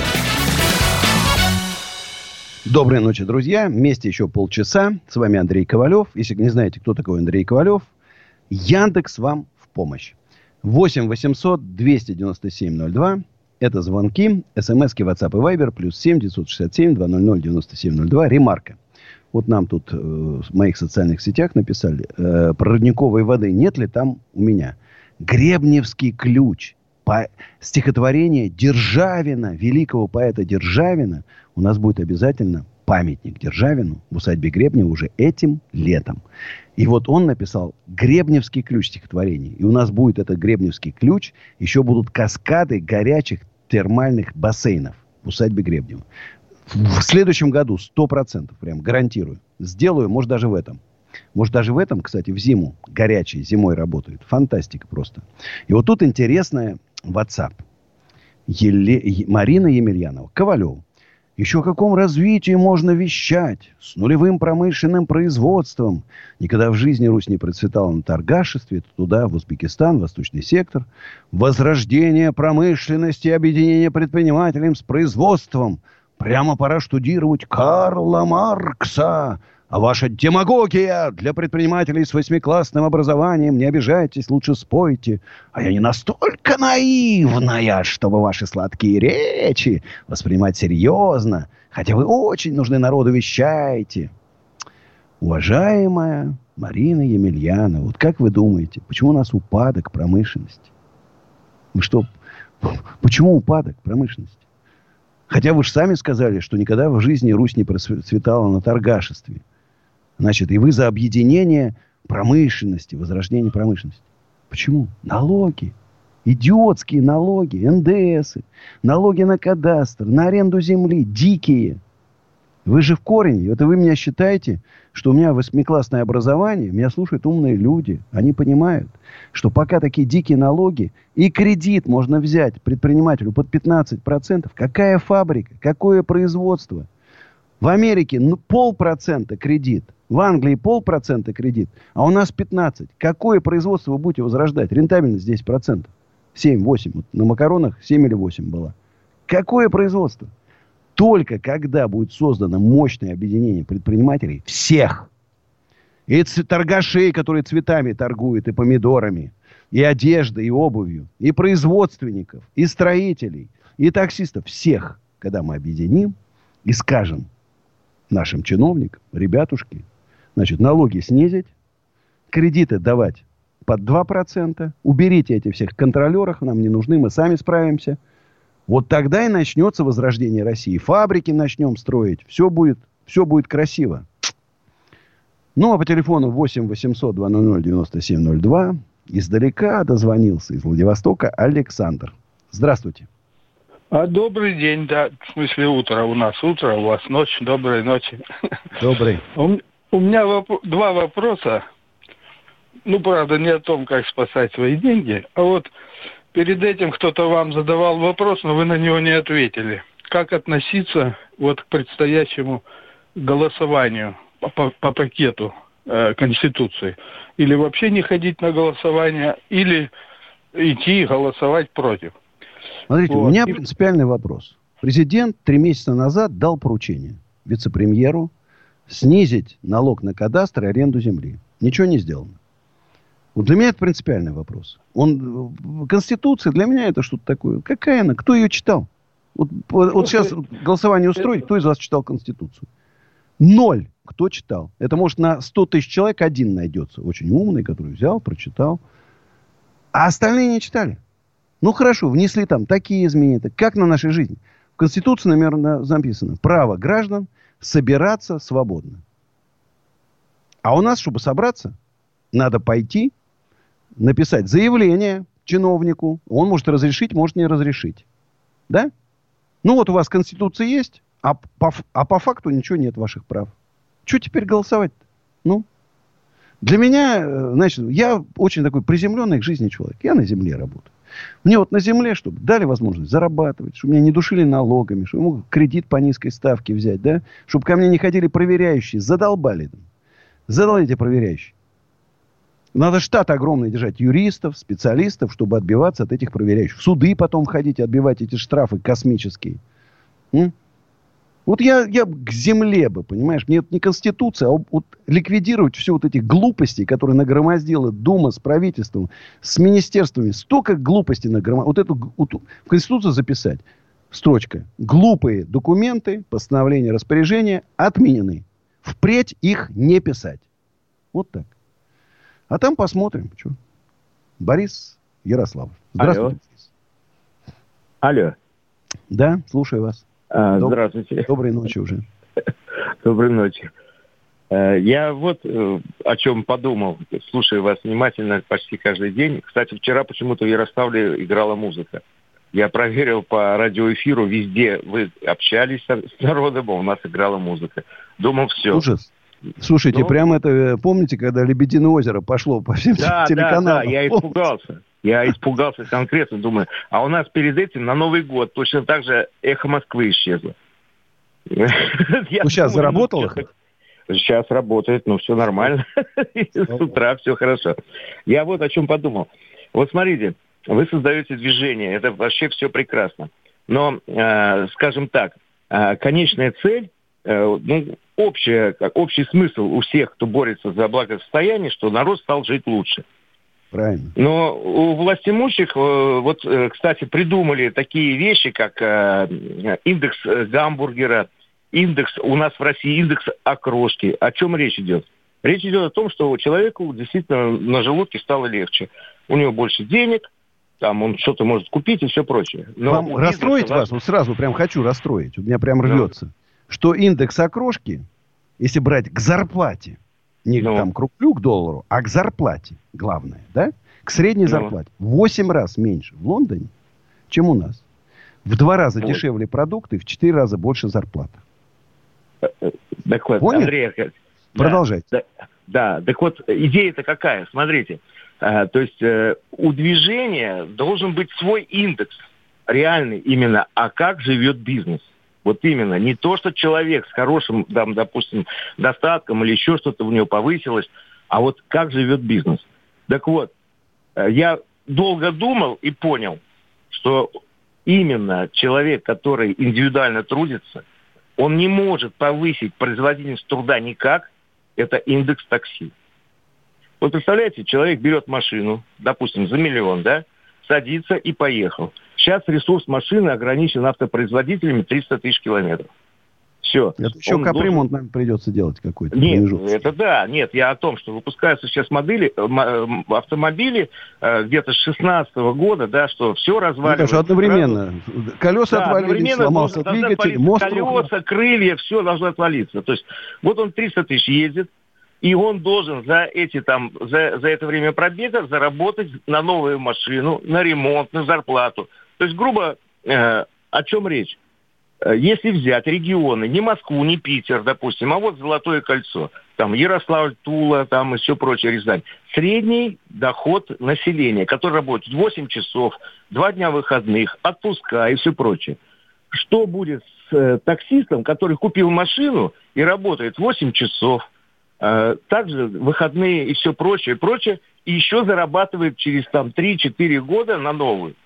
Доброй ночи, друзья. Вместе еще полчаса. С вами Андрей Ковалев. Если не знаете, кто такой Андрей Ковалев, Яндекс вам в помощь. 8 800 297 02. Это звонки, смски, WhatsApp и Viber. Плюс 7 967 200 97 02. Ремарка. Вот нам тут в моих социальных сетях написали, про родниковой воды нет ли там у меня. Гребневский ключ. Стихотворение Державина, великого поэта Державина. У нас будет обязательно памятник Державину в усадьбе Гребнева уже этим летом. И вот он написал Гребневский ключ стихотворений. И у нас будет этот Гребневский ключ. Еще будут каскады горячих термальных бассейнов в усадьбе Гребнева. В следующем году 100%, прям гарантирую. Сделаю, может, даже в этом. Может, даже в этом, кстати, в зиму, горячей зимой работают. Фантастика просто. И вот тут интересная WhatsApp. Марина Емельянова, Ковалеву. Еще о каком развитии можно вещать? С нулевым промышленным производством. Никогда в жизни Русь не процветала на торгашестве. Туда, в Узбекистан, восточный сектор. Возрождение промышленности и объединение предпринимателей с производством. Прямо пора штудировать Карла Маркса. А ваша демагогия для предпринимателей с 8-классным образованием. Не обижайтесь, лучше спойте. А я не настолько наивная, чтобы ваши сладкие речи воспринимать серьезно. Хотя вы очень нужны народу, вещаете. Уважаемая Марина Емельянова, вот как вы думаете, почему у нас упадок промышленности? Почему упадок промышленности? Хотя вы же сами сказали, что никогда в жизни Русь не процветала на торгашестве. Значит, и вы за объединение промышленности, возрождение промышленности. Почему? Налоги. Идиотские налоги, НДС, налоги на кадастр, на аренду земли, дикие. Вы же в корне. Это вы меня считаете, что у меня 8-классное образование, меня слушают умные люди. Они понимают, что пока такие дикие налоги и кредит можно взять предпринимателю под 15%. Какая фабрика? Какое производство? В Америке 0,5% кредит. В Англии 0,5% кредит. А у нас 15%. Какое производство вы будете возрождать? Рентабельность 10%. 7-8. Вот на макаронах 7 или 8 была. Какое производство? Только когда будет создано мощное объединение предпринимателей всех. И торгашей, которые цветами торгуют, и помидорами, и одеждой, и обувью, и производственников, и строителей, и таксистов. Всех, когда мы объединим и скажем нашим чиновникам, ребятушки, значит, налоги снизить, кредиты давать под 2%, уберите этих всех контролеров, нам не нужны, мы сами справимся. Вот тогда и начнется возрождение России. Фабрики начнем строить. Все будет красиво. Ну, а по телефону 8 800 200 9702 издалека дозвонился из Владивостока Александр. Здравствуйте. Добрый день, да. В смысле, утро. У нас утро, у вас ночь. Доброй ночи. Добрый. У меня два вопроса. Ну, правда, не о том, как спасать свои деньги, а вот перед этим кто-то вам задавал вопрос, но вы на него не ответили. Как относиться вот к предстоящему голосованию по пакету Конституции? Или вообще не ходить на голосование, или идти и голосовать против? Смотрите, вот. У меня принципиальный вопрос. Президент 3 месяца назад дал поручение вице-премьеру снизить налог на кадастр и аренду земли. Ничего не сделано. Вот для меня это принципиальный вопрос. Конституция для меня это что-то такое. Какая она? Кто ее читал? Вот сейчас голосование устроить, кто из вас читал Конституцию? 0. Кто читал? Это может на 100 тысяч человек один найдется. Очень умный, который взял, прочитал. А остальные не читали. Ну хорошо, внесли там такие изменения. Как на нашей жизни? В Конституции, наверное, записано: право граждан собираться свободно. А у нас, чтобы собраться, надо пойти, написать заявление чиновнику. Он может разрешить, может не разрешить. Да? Ну вот у вас Конституция есть, а по факту ничего нет ваших прав. Что теперь голосовать-то? Ну? Для меня, значит, я очень такой приземленный к жизни человек. Я на земле работаю. Мне вот на земле, чтобы дали возможность зарабатывать, чтобы меня не душили налогами, чтобы я мог кредит по низкой ставке взять, да? Чтобы ко мне не ходили проверяющие. Задолбали там. Задолбали эти проверяющие. Надо штат огромный держать юристов, специалистов, чтобы отбиваться от этих проверяющих. В суды потом ходить, отбивать эти штрафы космические. Вот я к земле бы, понимаешь, мне это не Конституция, а вот ликвидировать все вот эти глупости, которые нагромоздила Дума с правительством, с министерствами. Столько глупостей нагромоздила. Вот эту в Конституцию записать. Строчка. Глупые документы, постановления, распоряжения отменены. Впредь их не писать. Вот так. А там посмотрим. Что? Борис Ярославов. Здравствуйте. Алло. Да, слушаю вас. Здравствуйте. Доброй ночи уже. Доброй ночи. Я вот о чем подумал. Слушаю вас внимательно почти каждый день. Кстати, вчера почему-то в Ярославле играла музыка. Я проверил по радиоэфиру, везде вы общались с народом, а у нас играла музыка. Думал, все. Ужас. Слушайте, прямо это, помните, когда «Лебединое озеро» пошло по всем телеканалам? Да, я испугался. Я испугался конкретно, думаю, а у нас перед этим на Новый год точно так же «Эхо Москвы» исчезло. Сейчас заработало? Сейчас работает, все нормально. С утра все хорошо. Я вот о чем подумал. Вот смотрите, вы создаете движение, это вообще все прекрасно. Но, скажем так, конечная цель, общий смысл у всех, кто борется за благосостояние, что народ стал жить лучше. Правильно. Но у властимущих, кстати, придумали такие вещи, как индекс гамбургера, у нас в России индекс окрошки. О чем речь идет? Речь идет о том, что человеку действительно на желудке стало легче. У него больше денег, там он что-то может купить и все прочее. Но вам расстроить вас? Вот сразу прям хочу расстроить. У меня прям рвется. Что индекс окрошки, если брать к зарплате, не там к рублю, к доллару, а к зарплате, главное, да? К средней зарплате. В 8 раз меньше в Лондоне, чем у нас. В 2 раза дешевле продукты, в 4 раза больше зарплата. Так вот, понял? Андрей, продолжайте. Да, так вот, идея-то какая? Смотрите, то есть у движения должен быть свой индекс, реальный именно, а как живет бизнес. Вот именно, не то, что человек с хорошим, там, допустим, достатком или еще что-то у него повысилось, а вот как живет бизнес. Так вот, я долго думал и понял, что именно человек, который индивидуально трудится, он не может повысить производительность труда никак, это индекс такси. Вот представляете, человек берет машину, допустим, за 1 миллион, да, садится и поехал. Сейчас ресурс машины ограничен автопроизводителями 300 тысяч километров. Все. Это еще капремонт нам придется делать какой-то. Нет, это да. Нет, я о том, что выпускаются сейчас автомобили где-то с 2016 года, да, что все разваливается. Даже одновременно. Колеса отвалились, сломался двигатель, мост. Колеса, крылья, все должно отвалиться. То есть вот он 300 тысяч ездит, и он должен за это время пробега заработать на новую машину, на ремонт, на зарплату. То есть, грубо, о чем речь? Если взять регионы, не Москву, не Питер, допустим, а вот Золотое кольцо, там Ярославль, Тула, там и все прочее, Рязань. Средний доход населения, который работает 8 часов, 2 дня выходных, отпуска и все прочее. Что будет с таксистом, который купил машину и работает 8 часов, также выходные и все прочее, и еще зарабатывает через 3-4 года на новую.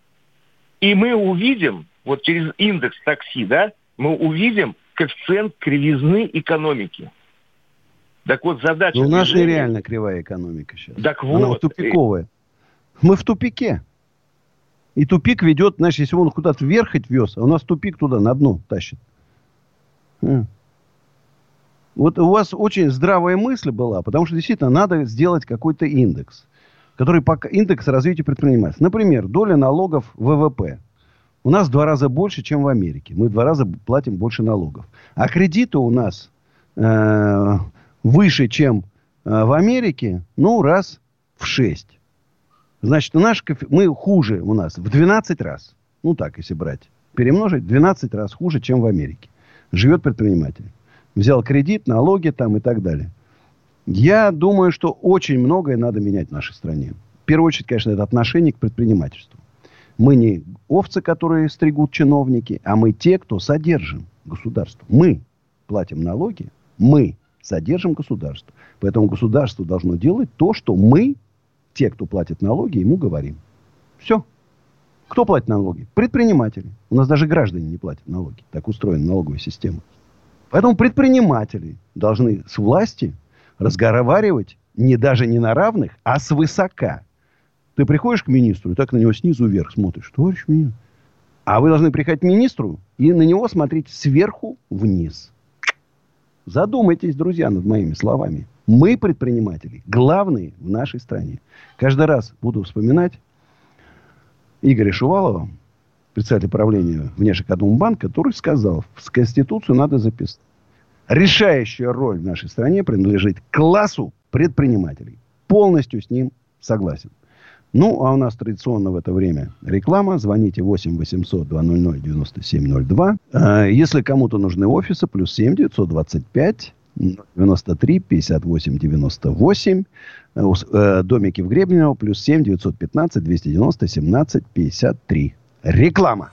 И мы увидим, вот через индекс такси, да, мы увидим коэффициент кривизны экономики. Так вот, задача... У нас нереально кривая экономика сейчас. Так она вот. Тупиковая. Мы в тупике. И тупик ведет, знаешь, если он куда-то вверх хоть вез, а у нас тупик туда на дно тащит. Вот у вас очень здравая мысль была, потому что действительно надо сделать какой-то индекс. Индекс развития предпринимательства. Например, доля налогов в ВВП. У нас в 2 раза больше, чем в Америке. Мы в 2 раза платим больше налогов. А кредиты у нас выше, чем в Америке, раз в 6. Значит, мы хуже у нас в 12 раз. Так, если брать. Перемножить, 12 раз хуже, чем в Америке. Живет предприниматель. Взял кредит, налоги там и так далее. Я думаю, что очень многое надо менять в нашей стране. В первую очередь, конечно, это отношение к предпринимательству. Мы не овцы, которые стригут чиновники, а мы те, кто содержим государство. Мы платим налоги, мы содержим государство. Поэтому государство должно делать то, что мы, те, кто платит налоги, ему говорим. Все. Кто платит налоги? Предприниматели. У нас даже граждане не платят налоги. Так устроена налоговая система. Поэтому предприниматели должны с власти разговаривать даже не на равных, а свысока. Ты приходишь к министру и так на него снизу вверх смотришь. Товарищ министр. А вы должны приходить к министру и на него смотреть сверху вниз. Задумайтесь, друзья, над моими словами. Мы, предприниматели, главные в нашей стране. Каждый раз буду вспоминать Игоря Шувалова, председателя правления Внешэкономбанка, который сказал, в Конституцию надо записать. Решающая роль в нашей стране принадлежит классу предпринимателей. Полностью с ним согласен. А у нас традиционно в это время реклама. Звоните 8 800 200 9702. Если кому-то нужны офисы, +7 925 93 58 98. Домики в Гребнево +7 915 290 17 53. Реклама.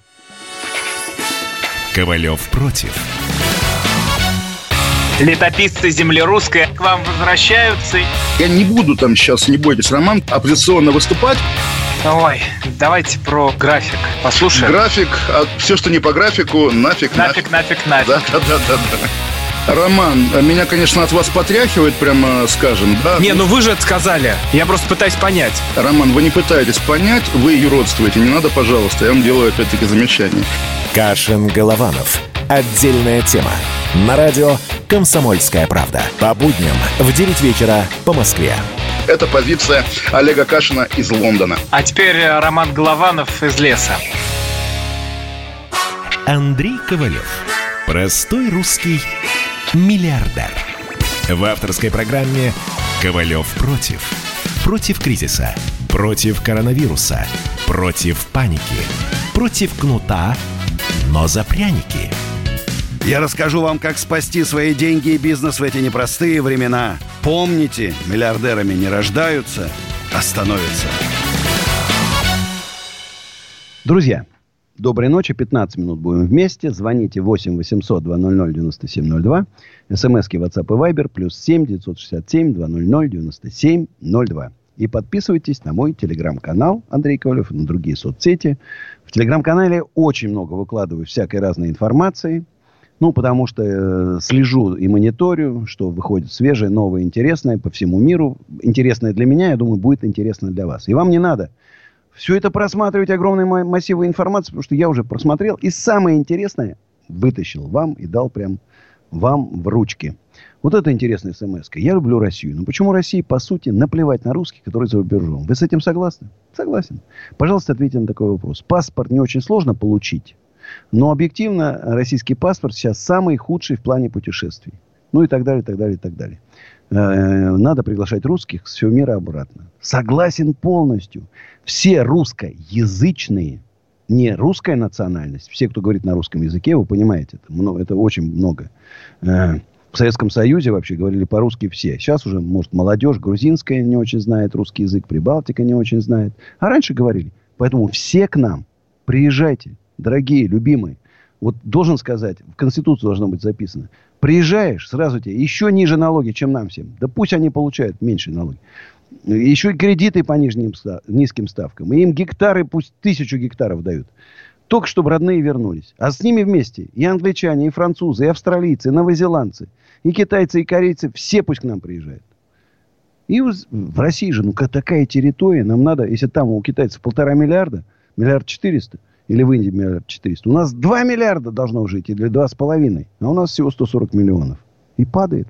Ковалев против. Летописцы земли русской к вам возвращаются. Я не буду там сейчас, не бойтесь, Роман, оппозиционно выступать. Ой, давайте про график послушаем. График, а все, что не по графику, нафиг. Да. Роман, меня, конечно, от вас потряхивает, прямо скажем, да? Не, ну вы же это сказали. Я просто пытаюсь понять. Роман, вы не пытаетесь понять, вы юродствуете. Не надо, пожалуйста, я вам делаю опять-таки замечание. Кашин-Голованов. Отдельная тема. На радио «Комсомольская правда». По будням в 9 вечера по Москве. Это позиция Олега Кашина из Лондона. А теперь Роман Голованов из леса. Андрей Ковалев. Простой русский миллиардер. В авторской программе «Ковалев против». Против кризиса. Против коронавируса. Против паники. Против кнута, но за пряники. Я расскажу вам, как спасти свои деньги и бизнес в эти непростые времена. Помните, миллиардерами не рождаются, а становятся. Друзья, доброй ночи. 15 минут будем вместе. Звоните 8 800 200 9702. СМСки WhatsApp и Viber +7 967 200 9702. И подписывайтесь на мой телеграм-канал Андрей Ковалев и на другие соцсети. В телеграм-канале очень много выкладываю всякой разной информации. Ну, потому что слежу и мониторю, что выходит свежее, новое, интересное по всему миру. Интересное для меня, я думаю, будет интересно для вас. И вам не надо все это просматривать, огромные массивы информации, потому что я уже просмотрел. И самое интересное вытащил вам и дал прям вам в ручки. Вот это интересная смс-ка. Я люблю Россию. Но почему России, по сути, наплевать на русских, которые за рубежом? Вы с этим согласны? Согласен. Пожалуйста, ответьте на такой вопрос. Паспорт не очень сложно получить. Но объективно российский паспорт сейчас самый худший в плане путешествий. Ну и так далее, так далее, так далее. Надо приглашать русских с всего мира обратно. Согласен полностью. Все русскоязычные, не русская национальность, все, кто говорит на русском языке, вы понимаете, это очень много. В Советском Союзе вообще говорили по-русски все. Сейчас уже, может, молодежь грузинская не очень знает русский язык, Прибалтика не очень знает. А раньше говорили. Поэтому все к нам приезжайте. Дорогие, любимые, вот должен сказать, в Конституции должно быть записано. Приезжаешь, сразу тебе еще ниже налоги, чем нам всем. Да пусть они получают меньше налоги. Еще и кредиты по низким ставкам. И им гектары, пусть 1000 гектаров дают. Только чтобы родные вернулись. А с ними вместе и англичане, и французы, и австралийцы, и новозеландцы, и китайцы, и корейцы. Все пусть к нам приезжают. И в России же, такая территория. Нам надо, если там у китайцев 1,5 миллиарда, 1 400 000, или в Индии 1 400 000. У нас 2 миллиарда должно жить, или 2,5. А у нас всего 140 миллионов. И падает.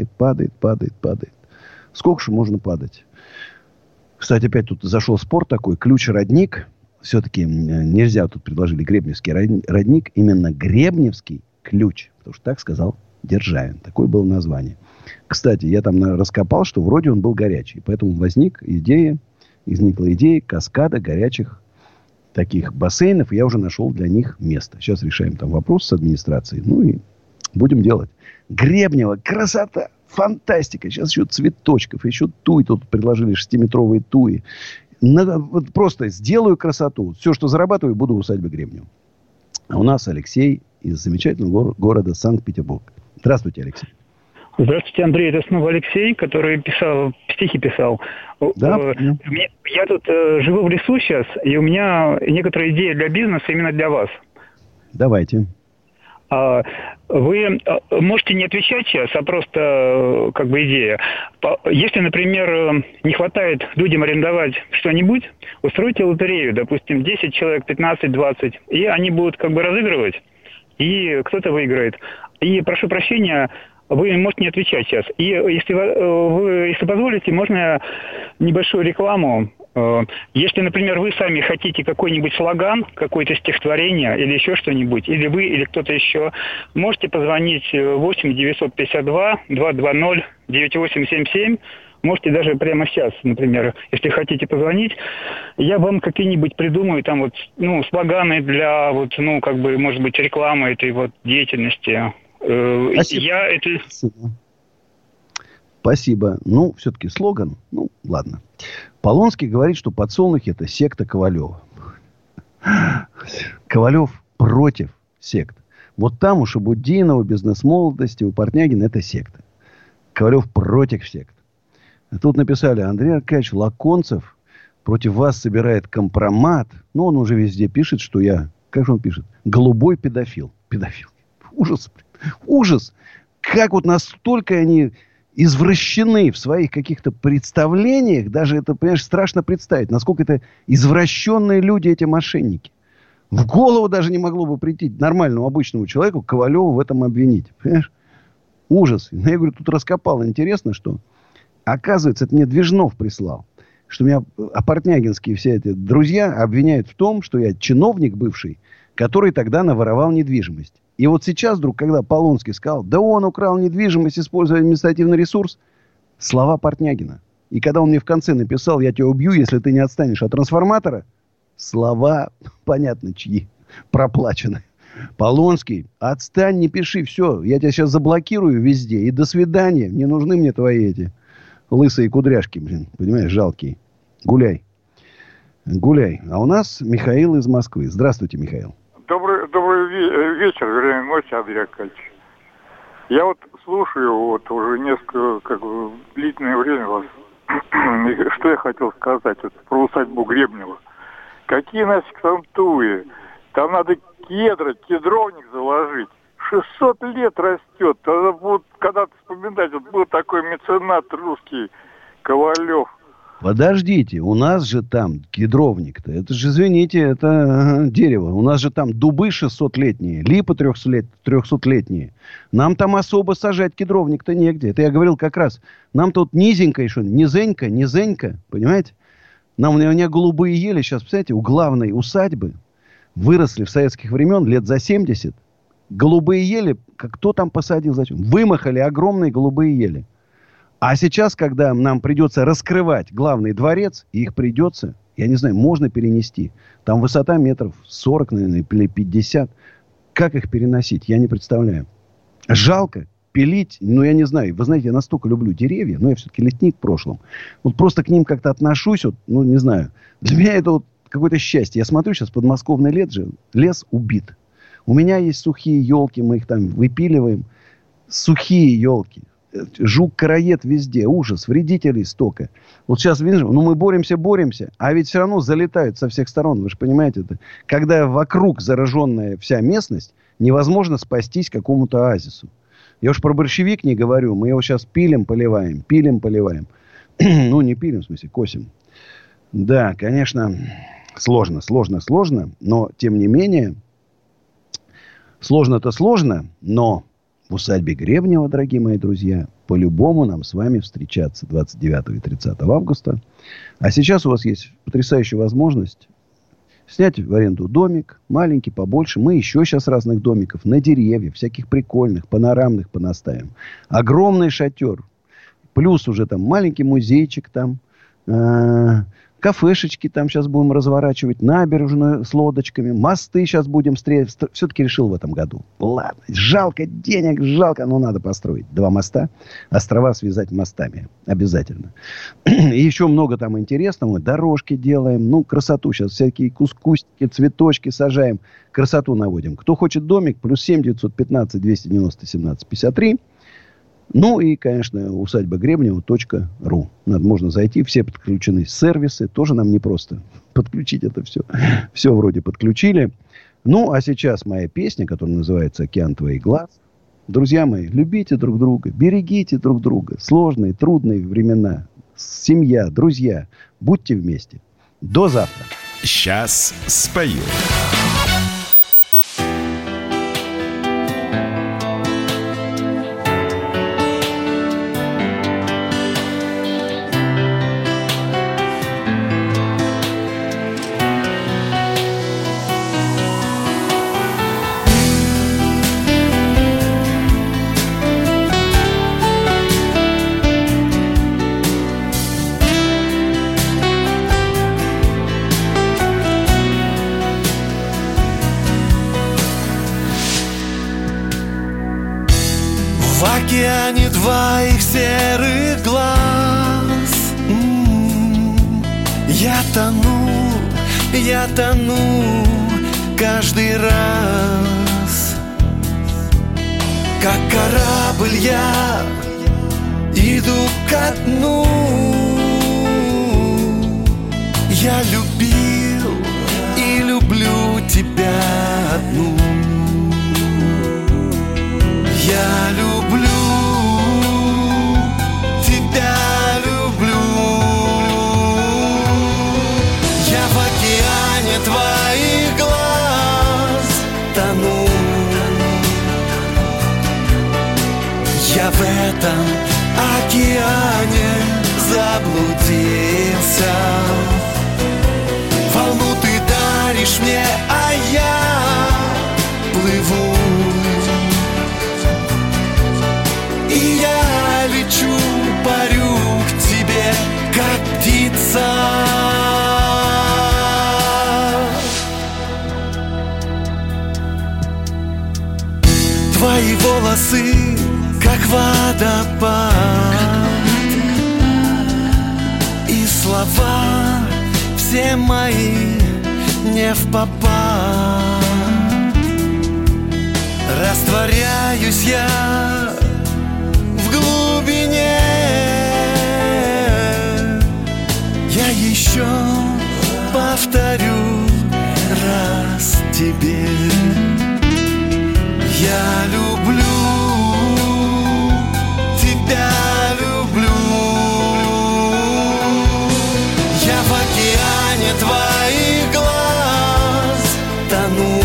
Сколько же можно падать? Кстати, опять тут зашел спор такой. Ключ-родник. Все-таки нельзя. Тут предложили Гребневский родник. Именно Гребневский ключ. Потому что так сказал Державин. Такое было название. Кстати, я там раскопал, что вроде он был горячий. Поэтому возникла идея каскада горячих таких бассейнов, и я уже нашел для них место. Сейчас решаем там вопрос с администрацией. Ну и будем делать. Гребнево. Красота. Фантастика. Сейчас еще цветочков. Еще туи. Тут предложили 6-метровые туи. Вот просто сделаю красоту. Все, что зарабатываю, буду в усадьбе Гребнево. А у нас Алексей из замечательного города Санкт-Петербург. Здравствуйте, Алексей. Здравствуйте, Андрей. Это снова Алексей, который стихи писал. Да? Я тут живу в лесу сейчас, и у меня некоторые идеи для бизнеса именно для вас. Давайте. Вы можете не отвечать сейчас, а просто как бы идея. Если, например, не хватает людям арендовать что-нибудь, устройте лотерею, допустим, 10 человек, 15, 20, и они будут как бы разыгрывать, и кто-то выиграет. И прошу прощения, вы можете не отвечать сейчас. И если позволите, можно небольшую рекламу. Если, например, вы сами хотите какой-нибудь слоган, какое-то стихотворение или еще что-нибудь, или вы, или кто-то еще, можете позвонить 8 952 220 9877. Можете даже прямо сейчас, например, если хотите позвонить, я вам какие-нибудь придумаю там слоганы для может быть, рекламы этой деятельности. Спасибо. Спасибо. Ну, все-таки слоган. Ну, ладно. Полонский говорит, что подсолнухи – это секта Ковалева. Ковалев против сект. Вот там у Шабуддинова, бизнес-молодости, у Портнягина – это секта. Ковалев против сект. Тут написали: Андрей Аркадьевич Лаконцев против вас собирает компромат. Ну, он уже везде пишет, что я... Как же он пишет? Голубой педофил. Педофил. Ужас. Ужас. Как вот настолько они извращены в своих каких-то представлениях. Даже это, понимаешь, страшно представить. Насколько это извращенные люди, эти мошенники. В голову даже не могло бы прийти нормальному, обычному человеку Ковалеву в этом обвинить. Понимаешь? Ужас. Но я говорю, тут раскопал. Интересно, что... Оказывается, это мне Движнов прислал. Что меня портнягинские все эти друзья обвиняют в том, что я чиновник бывший, который тогда наворовал недвижимость. И вот сейчас вдруг, когда Полонский сказал, да он украл недвижимость, используя административный ресурс, слова Портнягина. И когда он мне в конце написал, я тебя убью, если ты не отстанешь от трансформатора, слова, понятно, чьи, проплачены. Полонский, отстань, не пиши, все, я тебя сейчас заблокирую везде, и до свидания, не нужны мне твои эти лысые кудряшки, блин, понимаешь, жалкие. Гуляй. Гуляй. А у нас Михаил из Москвы. Здравствуйте, Михаил. Добрый вечер, вернее, ночь, Андрей Аркадьевич. Я вот слушаю вот уже несколько, длительное время вас. Что я хотел сказать вот, про усадьбу Гребнева. Какие нафиг там туи? Там надо кедровник заложить. 600 лет растет. Вот когда-то вспоминать, вот был такой меценат русский Ковалев. Подождите, у нас же там кедровник-то. Это же, извините, это дерево. У нас же там дубы 600-летние, липы 300-летние. Нам там особо сажать кедровник-то негде. Это я говорил как раз. Нам тут низенько еще, низенько, понимаете? Нам у меня голубые ели сейчас, представляете, у главной усадьбы выросли в советских времен лет за 70. Голубые ели, кто там посадил, зачем? Вымахали огромные голубые ели. А сейчас, когда нам придется раскрывать главный дворец, их придется, я не знаю, можно перенести. Там высота метров 40, наверное, или 50. Как их переносить, я не представляю. Жалко пилить, я не знаю. Вы знаете, я настолько люблю деревья, но я все-таки лесник в прошлом. Вот просто к ним как-то отношусь, вот, не знаю. Для меня это вот какое-то счастье. Я смотрю сейчас, подмосковный лес убит. У меня есть сухие елки, мы их там выпиливаем. Сухие елки. Жук-караед везде. Ужас. Вредителей столько. Вот сейчас, видишь, мы боремся. А ведь все равно залетают со всех сторон. Вы же понимаете это. Когда вокруг зараженная вся местность, невозможно спастись какому-то оазису. Я уж про борщевик не говорю. Мы его сейчас пилим, поливаем. Не пилим, в смысле, косим. Да, конечно, сложно. Но, тем не менее, сложно-то сложно, но в усадьбе Гребнева, дорогие мои друзья, по-любому нам с вами встречаться 29 и 30 августа. А сейчас у вас есть потрясающая возможность снять в аренду домик, маленький, побольше. Мы еще сейчас разных домиков на деревья, всяких прикольных, панорамных понаставим. Огромный шатер. Плюс уже там маленький музейчик там. Кафешечки там сейчас будем разворачивать, набережную с лодочками, мосты сейчас будем строить. Все-таки решил в этом году. Ладно, жалко денег, но надо построить 2 моста, острова связать мостами. Обязательно. И еще много там интересного. Дорожки делаем, красоту сейчас. Всякие кустики, цветочки сажаем. Красоту наводим. Кто хочет домик, +7 915 290 17 53. И, конечно, усадьба Гребнева.ру. Можно зайти, все подключены сервисы. Тоже нам непросто подключить это все. Все вроде подключили. А сейчас моя песня, которая называется «Океан твоих глаз». Друзья мои, любите друг друга, берегите друг друга. Сложные, трудные времена. Семья, друзья. Будьте вместе. До завтра. Сейчас спою. сияние твоих серых глаз. Я тону каждый раз. Как корабль я иду ко дну. Я любил и люблю тебя одну. Я люблю, тебя люблю. Я в океане твоих глаз тону. Я в этом океане заблудился. Волну ты даришь мне, а я плыву. И я лечу, парю к тебе, как птица. Твои волосы, как водопад, и слова все мои не впопад. Растворяюсь я в глубине. Я еще повторю раз тебе. Я люблю, тебя люблю. Я в океане твоих глаз тону.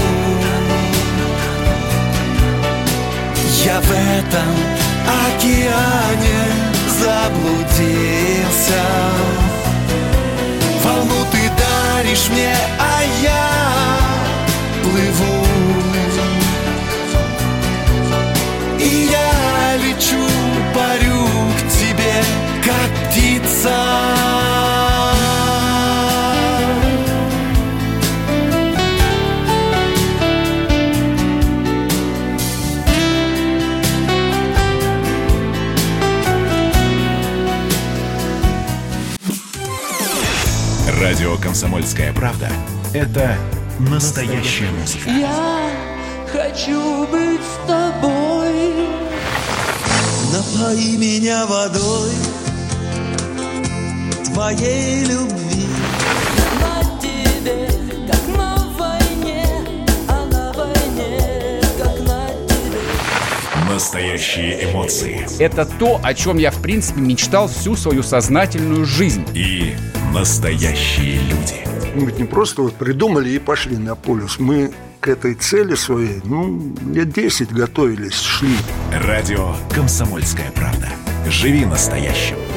Я в этом океане заблудился. Волну ты даришь мне, а я плыву. И я лечу, парю к тебе, как птица. Радио «Комсомольская правда» — это настоящая музыка. Я хочу быть с тобой. Напои меня водой твоей любви. На тебе, как на войне, а на войне, как на тебе. Настоящие эмоции. Это то, о чем я, в принципе, мечтал всю свою сознательную жизнь. И настоящие люди. Мы ведь не просто вот придумали и пошли на полюс. Мы к этой цели своей, лет 10 готовились, шли. Радио «Комсомольская правда». Живи настоящим.